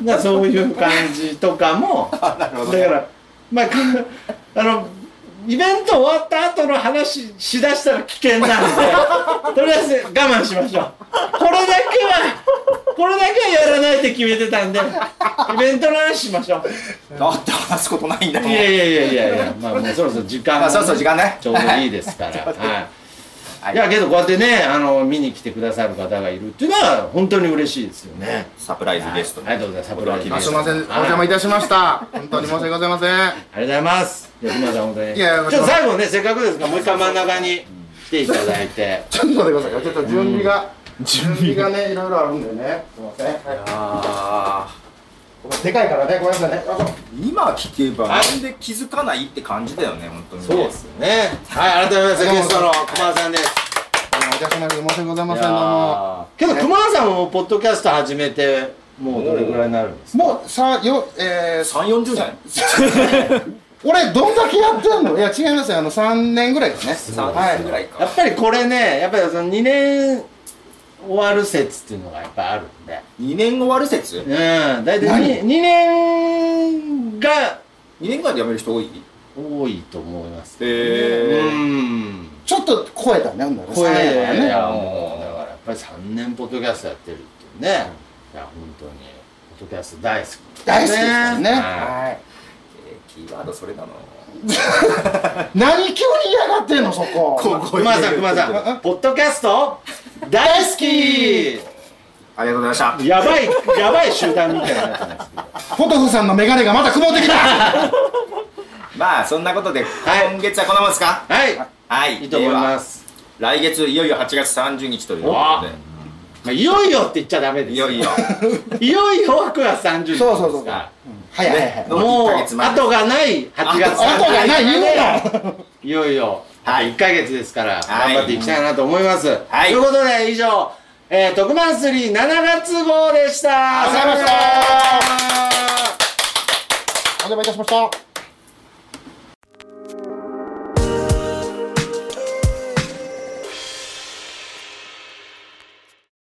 A: だそういう感じとかも
B: なるほど、
A: ね、だからまああのイベント終わった後の話しだしたら危険なんでとりあえず我慢しましょうこれだけはこれだけはやらないって決めてたんでイベントの話しましょう
B: だって話すことないんだもん
A: いやいやいやいやいやまあもうそろそろ時間も、ね、
B: そろそろ時間ね
A: ちょうどいいですからはいはい、いやけどこうやってねあの見に来てくださる方がいるっていうのは本当に嬉しいですよね
B: サプライズゲスト、
A: はい、ありがとうございますサプライズゲスト
C: すみませんお邪魔いたしました本当に申し訳ございませんあ
A: りがとうございますいや熊さん本当に
C: いや
A: ちょっと最後ねせっかくですからもう一回真ん中に来ていただいて
C: ちょっと待ってくださいよちょっと準備が、うん、準備がねいろいろあるんでねすみません、はい、
B: あ
C: でかいからねごめんなさいね
B: 今聞けばなんで気づかないって感じだよね本当に
A: そうですよねはい改めましてゲストの熊さんです
C: お邪魔し申し訳ございませんどうも
A: けど熊さんもポッドキャスト始めてもうどれぐらいになるんですか
C: もうさよえー、
B: さんじゅうよんじゅうじゃない
C: 俺どんだけやってんのいや違いますよあのさんねんぐらいですね
B: さんねんぐらいか、
A: やっぱりこれねやっぱりそのにねん終わる説っていうのがやっぱりあるんで
B: にねん終わる説
A: うん大体 にねんが
B: にねんぐらいで辞める人多い
A: 多いと思います
B: へえ
A: うん
C: ちょっと超えたね
A: 超えたねいや
C: も
A: うだからやっぱりさんねんポッドキャストやってるっていうねいや本当にポッドキャスト大好き
C: 大好きですからね
B: はいキーワードそれなの
C: 何急に嫌がってんのそこ
A: 熊さん熊さんポッドキャスト大好き
B: ありがとうございました
A: やばいやばい集団みたいになってますけど
C: ポトフさんのメガネがまた曇ってきた
B: まあそんなことで今月はこんなもんですか
A: はい
B: はい
A: いいと思います
B: 来月いよいよはちがつさんじゅうにちということで
A: まあいよいよって言っちゃダメです
B: いよいよ
A: いよいよはくがつさんじゅうにちですか
C: そうそうそうはいはいはい
A: もう後がないはちがつさんじゅうにち
C: 後がない言うない
A: よいよ
B: はい
A: いっかげつですから頑
B: はい
A: 張っていきたいなと思います
B: はい
A: ということで以上えー特番スリーしちがつ号でした
C: ありがとうございましたお邪魔いたしました